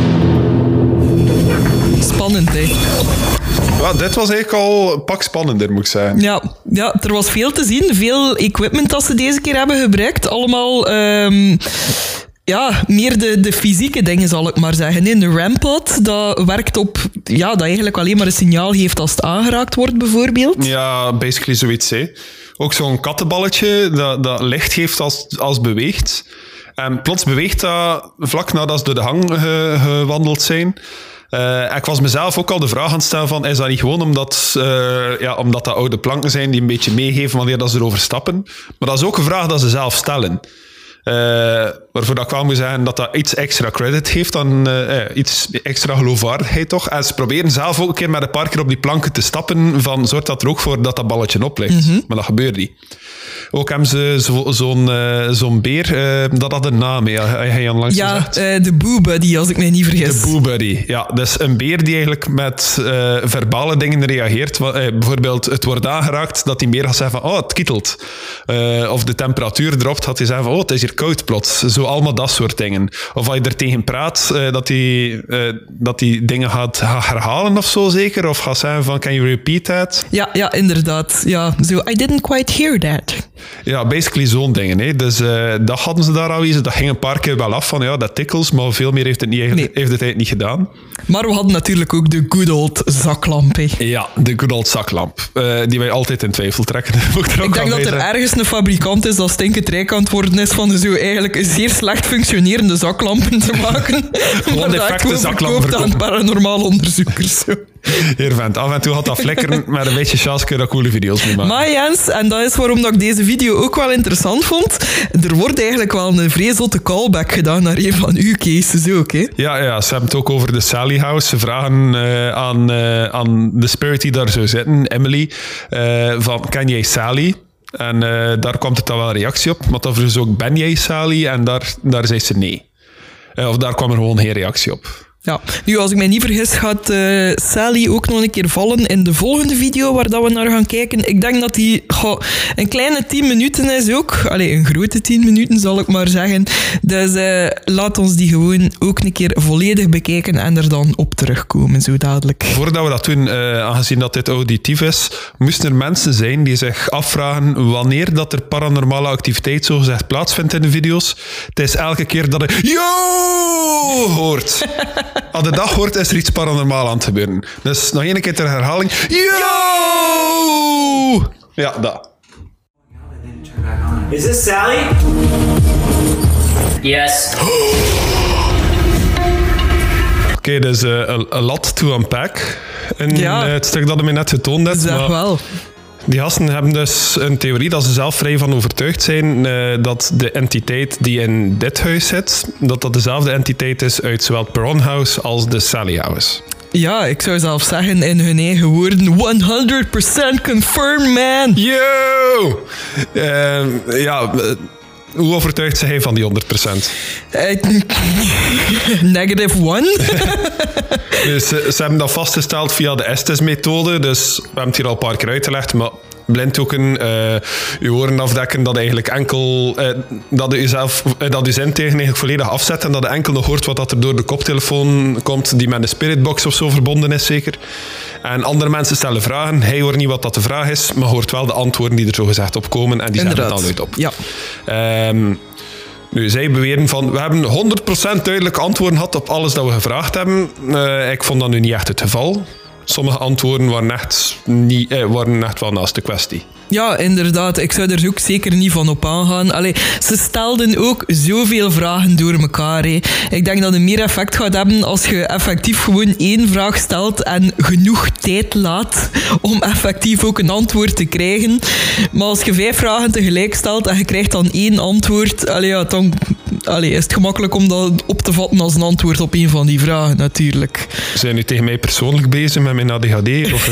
Spannend, hè? Ja, dit was eigenlijk al een pak spannender, moet ik zeggen. Ja, ja, er was veel te zien. Veel equipment dat ze deze keer hebben gebruikt. Allemaal... Um, ja, meer de, de fysieke dingen, zal ik maar zeggen. In de rampod, dat werkt op... Ja, dat eigenlijk alleen maar een signaal geeft als het aangeraakt wordt, bijvoorbeeld. Ja, basically zoiets, hè. Ook zo'n kattenballetje dat, dat licht geeft als, als beweegt. En plots beweegt dat vlak nadat ze door de hang ge, gewandeld zijn. Uh, ik was mezelf ook al de vraag aan het stellen van, is dat niet gewoon omdat, uh, ja, omdat dat oude planken zijn die een beetje meegeven wanneer dat ze erover stappen? Maar dat is ook een vraag dat ze zelf stellen. Uh, waarvoor dat ik wel moet zeggen dat dat iets extra credit geeft, dan uh, iets extra geloofwaardigheid toch. En ze proberen zelf ook een keer met een paar keer op die planken te stappen van zorg dat er ook voor dat dat balletje op ligt. Mm-hmm. Maar dat gebeurt niet. Ook hebben ze zo, zo'n, uh, zo'n beer, uh, dat had een naam, ja. Heb je langs ja, gezegd? Uh, de Boo Buddy, als ik mij niet vergis. De Boo Buddy, ja. Dus een beer die eigenlijk met uh, verbale dingen reageert. Uh, bijvoorbeeld, het wordt aangeraakt, dat die beer gaat zeggen van, oh, het kietelt. Uh, of de temperatuur dropt, gaat hij zeggen van, oh, het is hier koud plots. Zo allemaal dat soort dingen. Of als je er tegen praat, uh, dat hij uh, dat die dingen gaat, gaat herhalen of zo zeker. Of gaat zeggen van, can you repeat that? Ja, ja, inderdaad. Ja, zo, I didn't quite hear that. Ja, basically zo'n dingen. Hè. Dus uh, dat hadden ze daar al eens. Dat ging een paar keer wel af van, ja, dat tikkels, maar veel meer heeft het, niet, nee. heeft het eigenlijk niet gedaan. Maar we hadden natuurlijk ook de good old zaklamp. Hè. Ja, de good old zaklamp. Uh, die wij altijd in twijfel trekken. ik ik denk dat er zijn. ergens een fabrikant is dat stinkend rijk aan het worden is van zo eigenlijk een zeer slecht functionerende zaklampen te maken. Gewoon defecte zaklampen aan paranormaal onderzoekers. Zo. Heer vent, af en toe had dat flikkeren met een beetje chance kun je dat coole video's mee maken. Maar Jens, en dat is waarom dat ik deze video ook wel interessant vond, er wordt eigenlijk wel een vrij zotte callback gedaan naar een van uw cases ook, hè? Ja, ja, ze hebben het ook over de Sally House. Ze vragen uh, aan, uh, aan de spirit die daar zou zitten, Emily, uh, van, ken jij Sally? En uh, daar kwam het dan wel een reactie op. Maar dan vroeg ze ook, ben jij Sally? En daar, daar zei ze nee. Uh, of daar kwam er gewoon geen reactie op. Ja, nu als ik mij niet vergis gaat uh, Sally ook nog een keer vallen in de volgende video waar dat we naar gaan kijken. Ik denk dat die goh, een kleine tien minuten is ook. Allee, een grote tien minuten zal ik maar zeggen. Dus uh, laat ons die gewoon ook een keer volledig bekijken en er dan op terugkomen zo dadelijk. Voordat we dat doen, uh, aangezien dat dit auditief is, moesten er mensen zijn die zich afvragen wanneer dat er paranormale activiteit zogezegd plaatsvindt in de video's. Het is elke keer dat je yo hoort. Als je dat hoort, is er iets paranormaal aan het gebeuren. Dus nog één keer ter herhaling. Yo! Ja, dat. Is this Sally? Yes. Oké, okay, dus uh, a, a lot to unpack. In ja. uh, het stuk dat je me net getoond hebt. Dat wel. Die gasten hebben dus een theorie dat ze zelf vrij van overtuigd zijn uh, dat de entiteit die in dit huis zit, dat dat dezelfde entiteit is uit zowel het Perron House als de Sally House. Ja, ik zou zelf zeggen in hun eigen woorden, honderd procent confirmed, man! Yo! Uh, ja... Uh, Hoe overtuigd zijn hij van die honderd procent? Uh, negative one. Dus ze, ze hebben dat vastgesteld via de Estes-methode. Dus we hebben het hier al een paar keer uitgelegd. Maar blinddoeken, uh, je oren afdekken, dat eigenlijk enkel... Uh, dat je jezelf, uh, dat je zintuigen eigenlijk volledig afzet en dat je enkel nog hoort wat dat er door de koptelefoon komt, die met een spiritbox of zo verbonden is, zeker. En andere mensen stellen vragen. Hij hoort niet wat dat de vraag is, maar hoort wel de antwoorden die er zo gezegd op komen en die zetten het dan uit op. Ja. Um, nu, zij beweren van, we hebben honderd procent duidelijk antwoorden gehad op alles dat we gevraagd hebben. Uh, ik vond dat nu niet echt het geval. Sommige antwoorden waren echt, niet, eh, waren echt wel naast de kwestie. Ja, inderdaad. Ik zou er ook zeker niet van op aangaan. Allee, ze stelden ook zoveel vragen door elkaar. Hè. Ik denk dat het meer effect gaat hebben als je effectief gewoon één vraag stelt en genoeg tijd laat om effectief ook een antwoord te krijgen. Maar als je vijf vragen tegelijk stelt en je krijgt dan één antwoord, allee, ja, dan allee, is het gemakkelijk om dat op te vatten als een antwoord op een van die vragen, natuurlijk. Zijn jullie tegen mij persoonlijk bezig met mijn A D H D? Of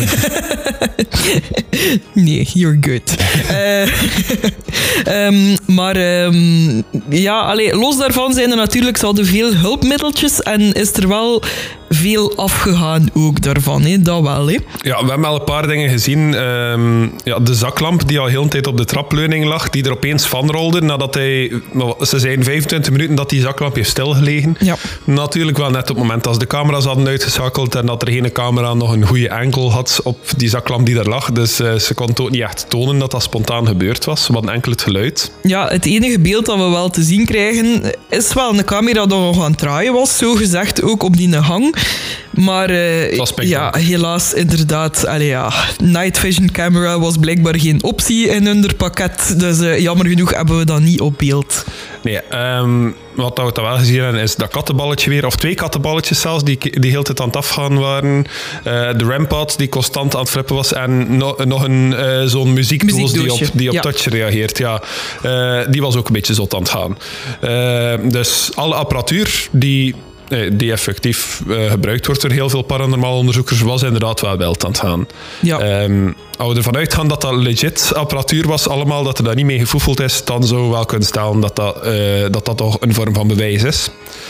nee, you're good. uh, um, maar um, ja, allee, los daarvan zijn er natuurlijk ze hadden veel hulpmiddeltjes en is er wel veel afgegaan ook daarvan, hè? Dat wel. Hè? Ja, we hebben al een paar dingen gezien. Um, ja, de zaklamp die al heel de tijd op de trapleuning lag, die er opeens van rolde nadat hij... Ze zijn vijfentwintig minuten dat die zaklamp heeft stilgelegen. Ja. Natuurlijk wel net op het moment als de camera's hadden uitgeschakeld en dat er geen camera nog een goede angle had op die zaklamp die daar lag. Dus uh, ze kon het ook niet echt tonen dat dat spontaan gebeurd was. We hadden enkel het geluid. Ja, het enige beeld dat we wel te zien krijgen is wel een camera dat nog aan het draaien was, zo gezegd, ook op die hang. Maar uh, ja, helaas, inderdaad. Allee, ja, night vision camera was blijkbaar geen optie in hun pakket. Dus uh, jammer genoeg hebben we dat niet op beeld. Nee, um, wat we dan wel gezien hebben is dat kattenballetje weer, of twee kattenballetjes zelfs, die, die heel tijd aan het afgaan waren. Uh, de Rampart die constant aan het flippen was en no, nog een uh, zo'n muziekdoos die op, die op ja. touch reageert. Ja. Uh, die was ook een beetje zot aan het gaan. Uh, dus alle apparatuur die... die effectief uh, gebruikt wordt door heel veel paranormaal onderzoekers, was inderdaad wel wild aan het gaan. Ja. Um, als we ervan uitgaan dat dat legit apparatuur was allemaal, dat er daar niet mee gefoefeld is, dan zou we wel kunnen stellen dat dat, uh, dat, dat toch een vorm van bewijs is.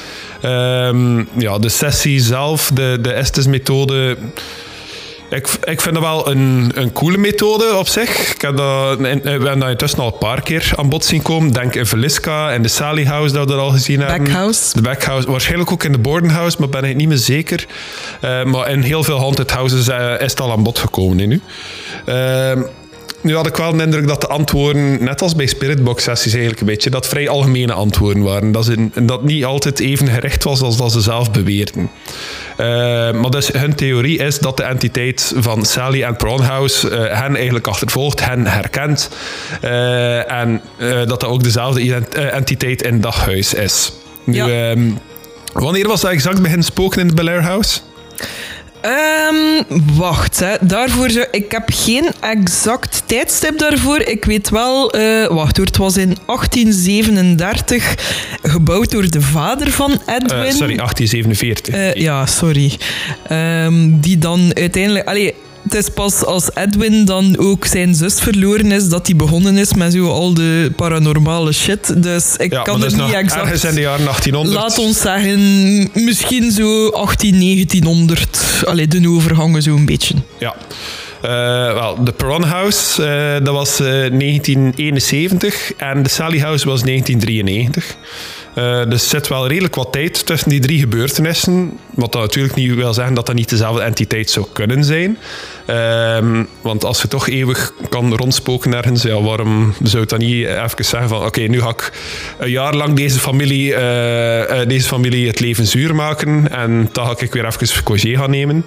Um, ja, de sessie zelf, de, de Estes-methode... Ik, ik vind dat wel een, een coole methode op zich. Ik heb dat, we hebben dat intussen al een paar keer aan bod zien komen. Denk in Villisca en de Sally House dat we dat al gezien hebben. Backhouse. De Backhouse. Waarschijnlijk ook in de Borden House, maar ben ik niet meer zeker. Uh, maar in heel veel haunted houses uh, is het al aan bod gekomen hè, nu. Uh, Nu had ik wel de indruk dat de antwoorden, net als bij Spiritbox-sessies eigenlijk een beetje, dat vrij algemene antwoorden waren. Dat ze dat niet altijd even gericht was als dat ze zelf beweerden. Uh, maar dus hun theorie is dat de entiteit van Sally en Prawnhouse uh, hen eigenlijk achtervolgt, hen herkent. Uh, en uh, dat dat ook dezelfde ident- uh, entiteit in dat huis is. Nu, ja. um, wanneer was dat exact beginnen spoken in de Bel Air House? Um, wacht, hè. Daarvoor zou, ik heb geen exact tijdstip daarvoor. Ik weet wel, uh, wacht hoor, het was in achttien zevenendertig gebouwd door de vader van Edwin. Uh, sorry, achttien zevenenveertig. Uh, ja, sorry. Um, die dan uiteindelijk... Allee, het is pas als Edwin dan ook zijn zus verloren is, dat hij begonnen is met zo al de paranormale shit. Dus ik ja, kan het niet exact... ergens in de jaren achttienhonderd. Laat ons zeggen, misschien zo achttien, negentienhonderd. Allee, de overgangen zo'n beetje. Ja. Uh, wel, de Perron House, uh, dat was uh, negentien eenenzeventig en de Sally House was negentien drieënnegentig. Uh, dus er zit wel redelijk wat tijd tussen die drie gebeurtenissen. Wat dat natuurlijk niet wil zeggen dat dat niet dezelfde entiteit zou kunnen zijn. Uh, want als je toch eeuwig kan rondspoken ergens, ja, waarom zou het dan niet even zeggen van oké, okay, nu ga ik een jaar lang deze familie, uh, uh, deze familie het leven zuur maken en dan ga ik weer even congé gaan nemen.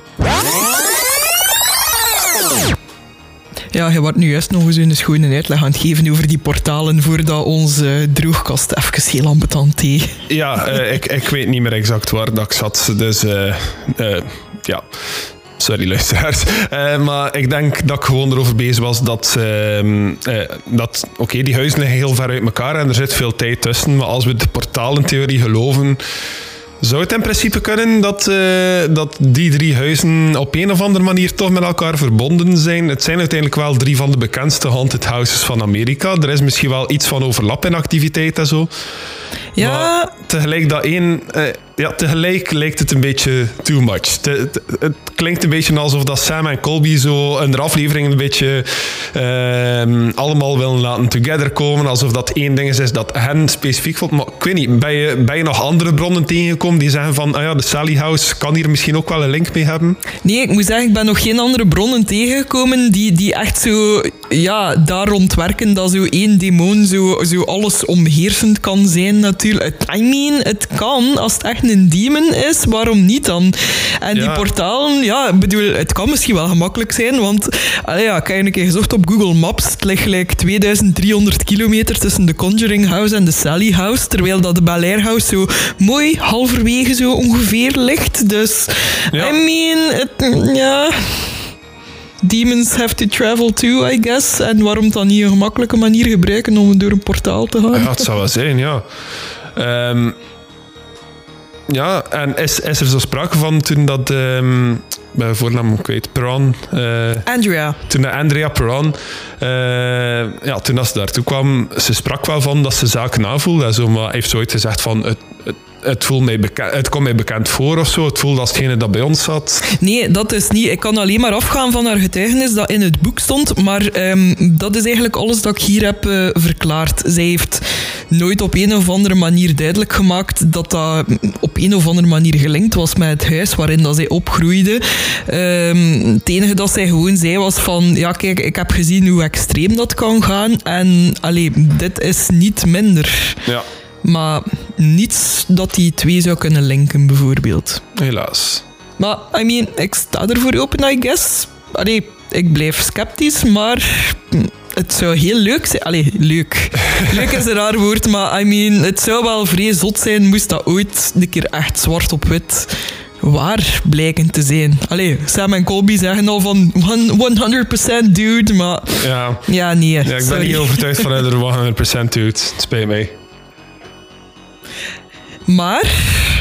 Ja, je wordt nu juist nog eens een schone uitleg aan het geven over die portalen voordat onze droogkast even heel ambetant deed. Ja, uh, ik, ik weet niet meer exact waar dat ik zat, dus uh, uh, ja... Sorry, luisteraars. Uh, maar ik denk dat ik gewoon erover bezig was dat... Uh, uh, dat Oké, okay, die huizen liggen heel ver uit elkaar en er zit veel tijd tussen, maar als we de portalentheorie geloven... Zou het in principe kunnen dat, uh, dat die drie huizen op een of andere manier toch met elkaar verbonden zijn? Het zijn uiteindelijk wel drie van de bekendste haunted houses van Amerika. Er is misschien wel iets van overlap in activiteit en zo. Ja. Maar tegelijk dat één... Uh, ja, tegelijk lijkt het een beetje too much. Te, te, het klinkt een beetje alsof dat Sam en Colby zo in de aflevering een beetje uh, allemaal willen laten together komen. Alsof dat één ding is, is dat hen specifiek vond. Maar ik weet niet, ben je, ben je nog andere bronnen tegengekomen die zeggen van ah ja, de Sally House kan hier misschien ook wel een link mee hebben? Nee, ik moet zeggen, ik ben nog geen andere bronnen tegengekomen die, die echt zo ja, daar rondwerken dat zo één demon zo, zo alles omheersend kan zijn natuurlijk. I mean, het kan als het echt een demon is, waarom niet dan? En ja. Die portalen, ja, bedoel, het kan misschien wel gemakkelijk zijn, want allee, ja, ik heb een keer gezocht op Google Maps, het ligt gelijk tweeduizend driehonderd kilometer tussen de Conjuring House en de Sally House, terwijl dat de Bel Air House zo mooi halverwege zo ongeveer ligt. Dus, ja. I mean, het, ja... Demons have to travel too, I guess. En waarom dan niet een gemakkelijke manier gebruiken om door een portaal te gaan? Ja, het zou wel zijn, ja. Um, ja, en is, is er zo sprake van toen dat... Um, bij voornaam, ik weet, Perron... Uh, Andrea. Toen Andrea Perron... Uh, ja, toen dat ze daartoe kwam, ze sprak wel van dat ze zaken aanvoelde en zo, maar hij heeft zoiets gezegd van... Het, het, Het, voelt mij bekend, het komt mij bekend voor of zo. Het voelt als hetgene dat bij ons zat. Nee, dat is niet. Ik kan alleen maar afgaan van haar getuigenis dat in het boek stond. Maar um, dat is eigenlijk alles dat ik hier heb uh, verklaard. Zij heeft nooit op een of andere manier duidelijk gemaakt dat dat op een of andere manier gelinkt was met het huis waarin dat zij opgroeide. Um, het enige dat zij gewoon zei was van... Ja, kijk, ik heb gezien hoe extreem dat kan gaan. En allee, dit is niet minder. Ja. Maar niets dat die twee zou kunnen linken, bijvoorbeeld. Helaas. Maar, I mean, ik sta ervoor open, I guess. Allee, ik blijf sceptisch, maar het zou heel leuk zijn. Allee, leuk. Leuk is een raar woord, maar I mean, het zou wel vrij zot zijn moest dat ooit een keer echt zwart op wit waar blijken te zijn. Allee, Sam en Colby zeggen al van honderd procent dude, maar... Ja, ja nee. Ja, ik ben sorry. niet overtuigd van er honderd procent dude. Het spijt mij. Maar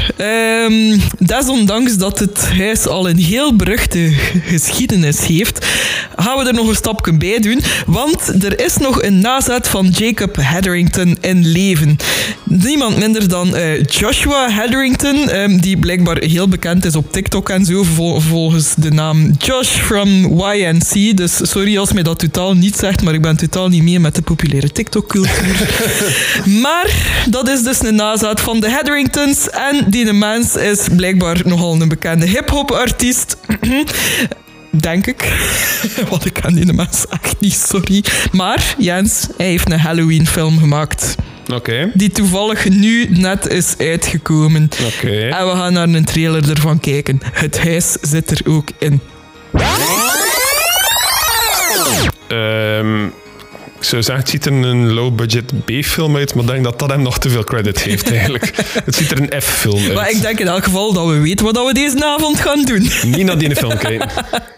Um, desondanks dat het huis al een heel beruchte geschiedenis heeft, gaan we er nog een stapje bij doen. Want er is nog een nazaat van Jacob Hetherington in leven. Niemand minder dan uh, Joshua Hetherington, um, die blijkbaar heel bekend is op TikTok en zo, vol- volgens de naam Josh from Y N C. Dus sorry als mij dat totaal niet zegt, maar ik ben totaal niet mee met de populaire TikTok-cultuur. Maar dat is dus een nazaat van de Hetheringtons en die mens is blijkbaar nogal een bekende hip-hop-artiest. Denk ik. Want ik ken die mens echt niet, sorry. Maar Jens, hij heeft een Halloween-film gemaakt. Oké. Okay. Die toevallig nu net is uitgekomen. Oké. Okay. En we gaan naar een trailer ervan kijken. Het huis zit er ook in. Um, ik zou zeggen, het ziet er een low-budget B-film uit, maar ik denk dat dat hem nog te veel credit heeft eigenlijk. Het ziet er een F-film uit. Maar ik denk in elk geval dat we weten wat we deze avond gaan doen. Niet naar die film kijken.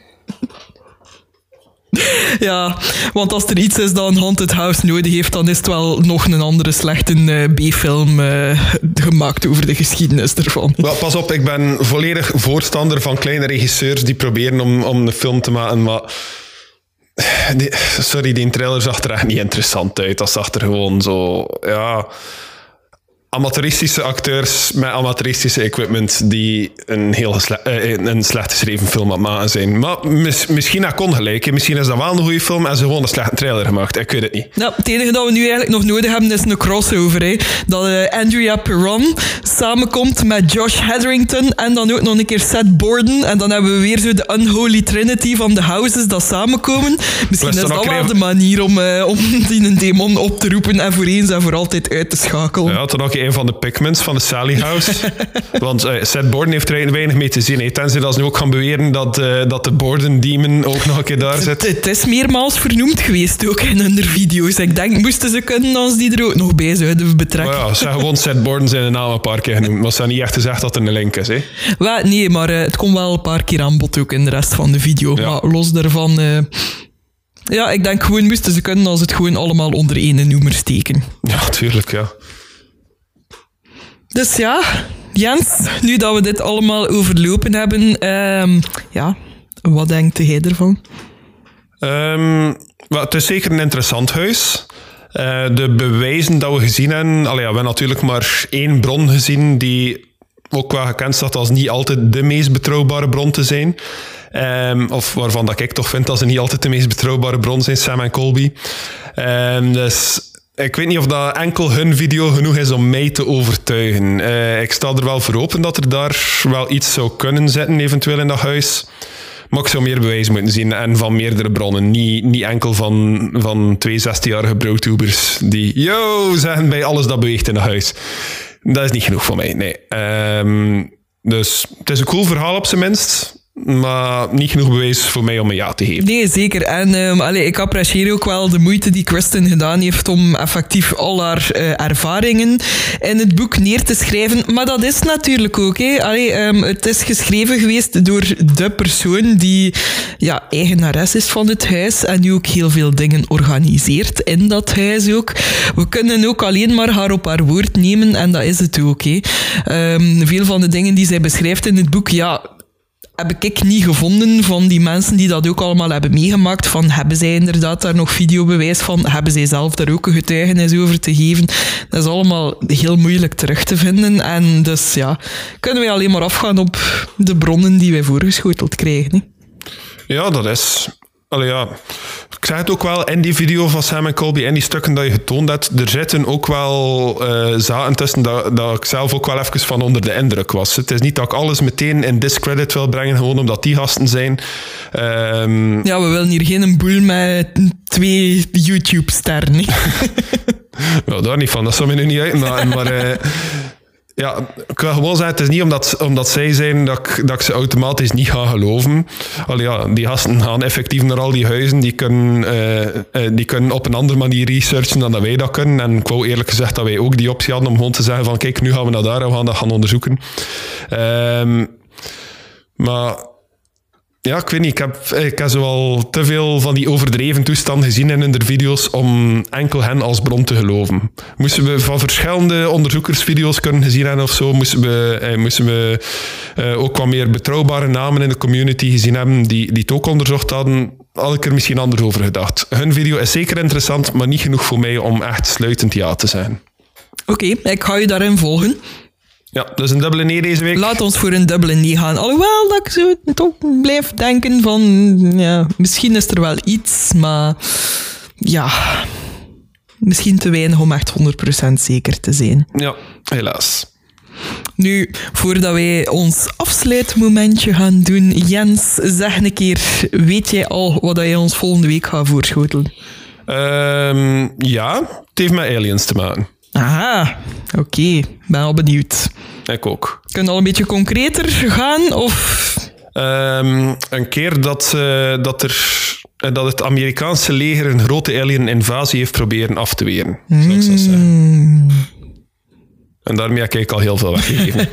Ja, want als er iets is dat een Haunted House nodig heeft, dan is het wel nog een andere slechte uh, B-film uh, gemaakt over de geschiedenis ervan. Wel, pas op, ik ben volledig voorstander van kleine regisseurs die proberen om, om een film te maken, maar... Die, sorry, die trailer zag er echt niet interessant uit. Dat zag er gewoon zo... Ja... Amateuristische acteurs met amateuristische equipment die een heel gesle- uh, een slecht geschreven film aan het maken zijn. Maar mis, misschien dat kon gelijk. Misschien is dat wel een goede film en ze gewoon een slechte trailer gemaakt. Ik weet het niet. Nou, het enige dat we nu eigenlijk nog nodig hebben is een crossover. Hè. Dat uh, Andrea Perron samenkomt met Josh Hetherington en dan ook nog een keer Seth Borden. En dan hebben we weer zo de unholy trinity van de houses dat samenkomen. Misschien is dat wel de manier om, uh, om die een demon op te roepen en voor eens en voor altijd uit te schakelen. Ja, dan ook een van de Pikmins van de Sally House. Want uh, Seth Borden heeft er weinig mee te zien. He. Tenzij dat ze nu ook gaan beweren dat, uh, dat de Borden Demon ook nog een keer daar zit. Het, het is meermaals vernoemd geweest, ook in hun video's. Ik denk, moesten ze kunnen als die er ook nog bij zouden betrekken. Maar ja, ze hebben gewoon Seth Borden zijn naam een paar keer genoemd. Maar ze hebben niet echt gezegd dat er een link is. He. Well, nee, maar uh, het komt wel een paar keer aan bod ook in de rest van de video. Ja. Maar los daarvan... Uh, ja, ik denk gewoon moesten ze kunnen als het gewoon allemaal onder één noemer steken. Ja, tuurlijk, ja. Dus ja, Jens, nu dat we dit allemaal overlopen hebben, um, ja, wat denkt jij ervan? Um, well, het is zeker een interessant huis. Uh, de bewijzen dat we gezien hebben... Allee, ja, we hebben natuurlijk maar één bron gezien die ook wel gekend staat als niet altijd de meest betrouwbare bron te zijn. Um, of waarvan dat ik toch vind dat ze niet altijd de meest betrouwbare bron zijn, Sam en Colby. Um, dus... Ik weet niet of dat enkel hun video genoeg is om mij te overtuigen. Uh, ik sta er wel voor open dat er daar wel iets zou kunnen zitten, eventueel in dat huis. Maar ik zou meer bewijs moeten zien en van meerdere bronnen. Niet, niet enkel van, van twee zestienjarige bro-tubers die yo zeggen bij alles dat beweegt in het huis. Dat is niet genoeg voor mij, nee. Um, dus het is een cool verhaal op zijn minst. Maar niet genoeg bewijs voor mij om een ja te geven. Nee, zeker. En um, allee, ik apprecieer ook wel de moeite die Kristen gedaan heeft om effectief al haar uh, ervaringen in het boek neer te schrijven. Maar dat is natuurlijk ook. Hè. Allee, um, het is geschreven geweest door de persoon die ja, eigenares is van het huis en die ook heel veel dingen organiseert in dat huis ook. We kunnen ook alleen maar haar op haar woord nemen en dat is het ook. Hè. Um, veel van de dingen die zij beschrijft in het boek, ja... heb ik niet gevonden van die mensen die dat ook allemaal hebben meegemaakt. Van, hebben zij inderdaad daar nog videobewijs van? Hebben zij zelf daar ook een getuigenis over te geven? Dat is allemaal heel moeilijk terug te vinden. En dus ja, kunnen wij alleen maar afgaan op de bronnen die wij voorgeschoteld krijgen. Hè? Ja, dat is... Allee, ja... Ik zeg het ook wel, in die video van Sam en Colby, in die stukken dat je getoond hebt, er zitten ook wel uh, zaken tussen dat, dat ik zelf ook wel even van onder de indruk was. Het is niet dat ik alles meteen in discredit wil brengen, gewoon omdat die gasten zijn. Um... Ja, we willen hier geen boel met twee YouTube-sterren. Nou, daar niet van, dat zou me nu niet uitmaken, maar... Uh... Ja, ik wil gewoon zeggen, het is niet omdat, omdat zij zijn dat ik, dat ik ze automatisch niet ga geloven. Allee, ja, die gasten gaan effectief naar al die huizen, die kunnen, uh, uh, die kunnen op een andere manier researchen dan dat wij dat kunnen. En ik wou eerlijk gezegd dat wij ook die optie hadden om gewoon te zeggen van kijk, nu gaan we naar daar en we gaan dat gaan onderzoeken. Um, maar... Ja, ik weet niet. Ik heb, ik heb zo al te veel van die overdreven toestanden gezien in hun video's om enkel hen als bron te geloven. Moesten we van verschillende onderzoekersvideo's kunnen gezien hebben of zo, moesten we, eh, moesten we eh, ook wat meer betrouwbare namen in de community gezien hebben die, die het ook onderzocht hadden, had ik er misschien anders over gedacht. Hun video is zeker interessant, maar niet genoeg voor mij om echt sluitend ja te zijn. Oké, okay, ik ga je daarin volgen. Ja, dus een dubbele nee deze week. Laat ons voor een dubbele nee gaan. Alhoewel dat ik zo toch blijf denken van... Ja, misschien is er wel iets, maar... Ja... Misschien te weinig om echt honderd procent zeker te zijn. Ja, helaas. Nu, voordat wij ons afsluitmomentje gaan doen, Jens, zeg een keer, weet jij al wat je ons volgende week gaat voorschotelen? Um, ja, het heeft met aliens te maken. Aha, oké. Okay. Ben al benieuwd. Ik ook. Kun je al een beetje concreter gaan, of... Um, een keer dat, uh, dat, er, uh, dat het Amerikaanse leger een grote alien-invasie heeft proberen af te weren, mm. zou ik zo zeggen. En daarmee heb ik al heel veel weggegeven.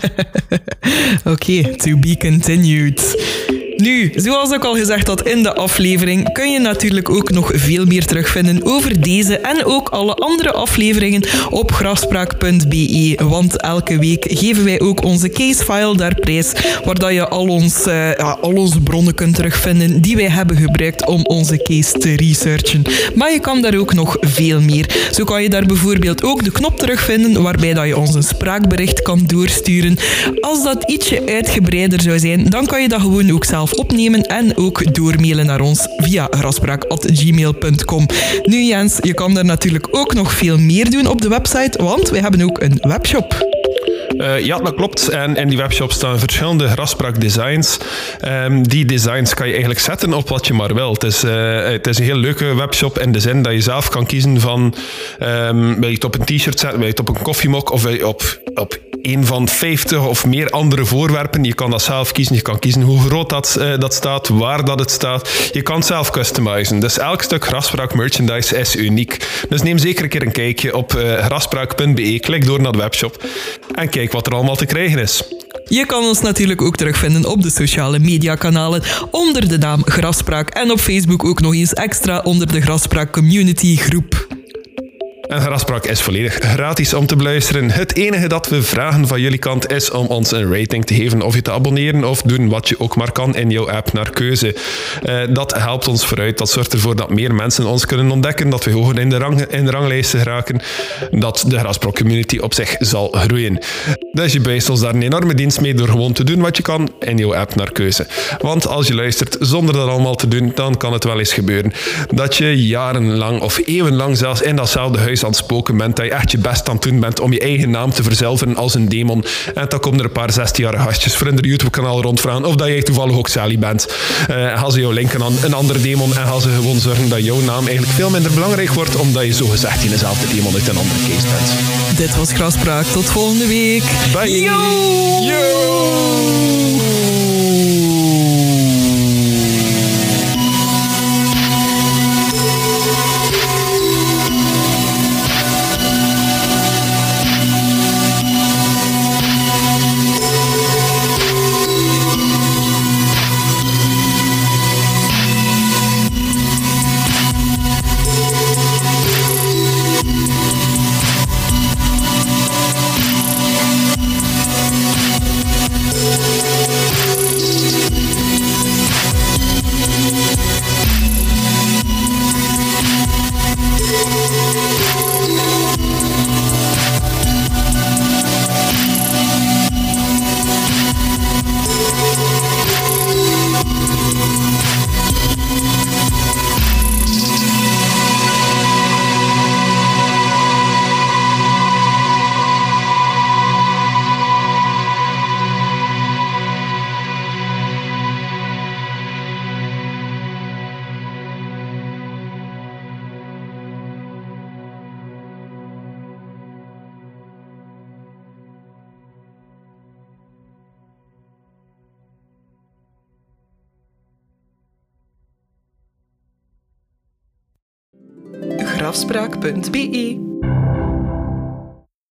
Oké, okay, to be continued. Nu, zoals ik al gezegd had in de aflevering, kun je natuurlijk ook nog veel meer terugvinden over deze en ook alle andere afleveringen op grafspraak punt b e. Want elke week geven wij ook onze casefile daar prijs, waar dat je al, ons, uh, ja, al onze bronnen kunt terugvinden die wij hebben gebruikt om onze case te researchen. Maar je kan daar ook nog veel meer. Zo kan je daar bijvoorbeeld ook de knop terugvinden waarbij dat je ons een spraakbericht kan doorsturen. Als dat ietsje uitgebreider zou zijn, dan kan je dat gewoon ook zelf opnemen en ook doormailen naar ons via grafspraak at gmail punt com. Nu Jens, je kan daar natuurlijk ook nog veel meer doen op de website, want wij hebben ook een webshop. Uh, ja, dat klopt. En in die webshop staan verschillende Grafspraak designs. Um, die designs kan je eigenlijk zetten op wat je maar wil. Het is, uh, het is een heel leuke webshop in de zin dat je zelf kan kiezen van um, wil je het op een t-shirt zetten, wil je het op een koffiemok of wil je op, op een van vijftig of meer andere voorwerpen. Je kan dat zelf kiezen. Je kan kiezen hoe groot dat, uh, dat staat, waar dat het staat. Je kan het zelf customizen. Dus elk stuk Grafspraak merchandise is uniek. Dus neem zeker een keer een kijkje op uh, grafspraak punt b e. Klik door naar de webshop en kijk wat er allemaal te krijgen is. Je kan ons natuurlijk ook terugvinden op de sociale mediakanalen onder de naam Grafspraak en op Facebook ook nog eens extra onder de Grafspraak Community groep. En Grafspraak is volledig gratis om te beluisteren. Het enige dat we vragen van jullie kant is om ons een rating te geven of je te abonneren of doen wat je ook maar kan in jouw app naar keuze. Uh, dat helpt ons vooruit. Dat zorgt ervoor dat meer mensen ons kunnen ontdekken, dat we hoger in de, rang, in de ranglijsten geraken, dat de Grafspraak community op zich zal groeien. Dus je bewijst ons daar een enorme dienst mee door gewoon te doen wat je kan in jouw app naar keuze. Want als je luistert zonder dat allemaal te doen, dan kan het wel eens gebeuren dat je jarenlang of eeuwenlang zelfs in datzelfde huis aan het spoken bent, dat je echt je best aan het doen bent om je eigen naam te verzilveren als een demon. En dan komen er een paar zestienjarige gastjes voor in de YouTube-kanaal rondvragen of dat jij toevallig ook Sally bent. Uh, gaan ze jou linken aan een andere demon en gaan ze gewoon zorgen dat jouw naam eigenlijk veel minder belangrijk wordt, omdat je zogezegd in dezelfde demon uit een andere case bent. Dit was Grafspraak. Tot volgende week. Bye. Yo! Yo! grafspraak punt b e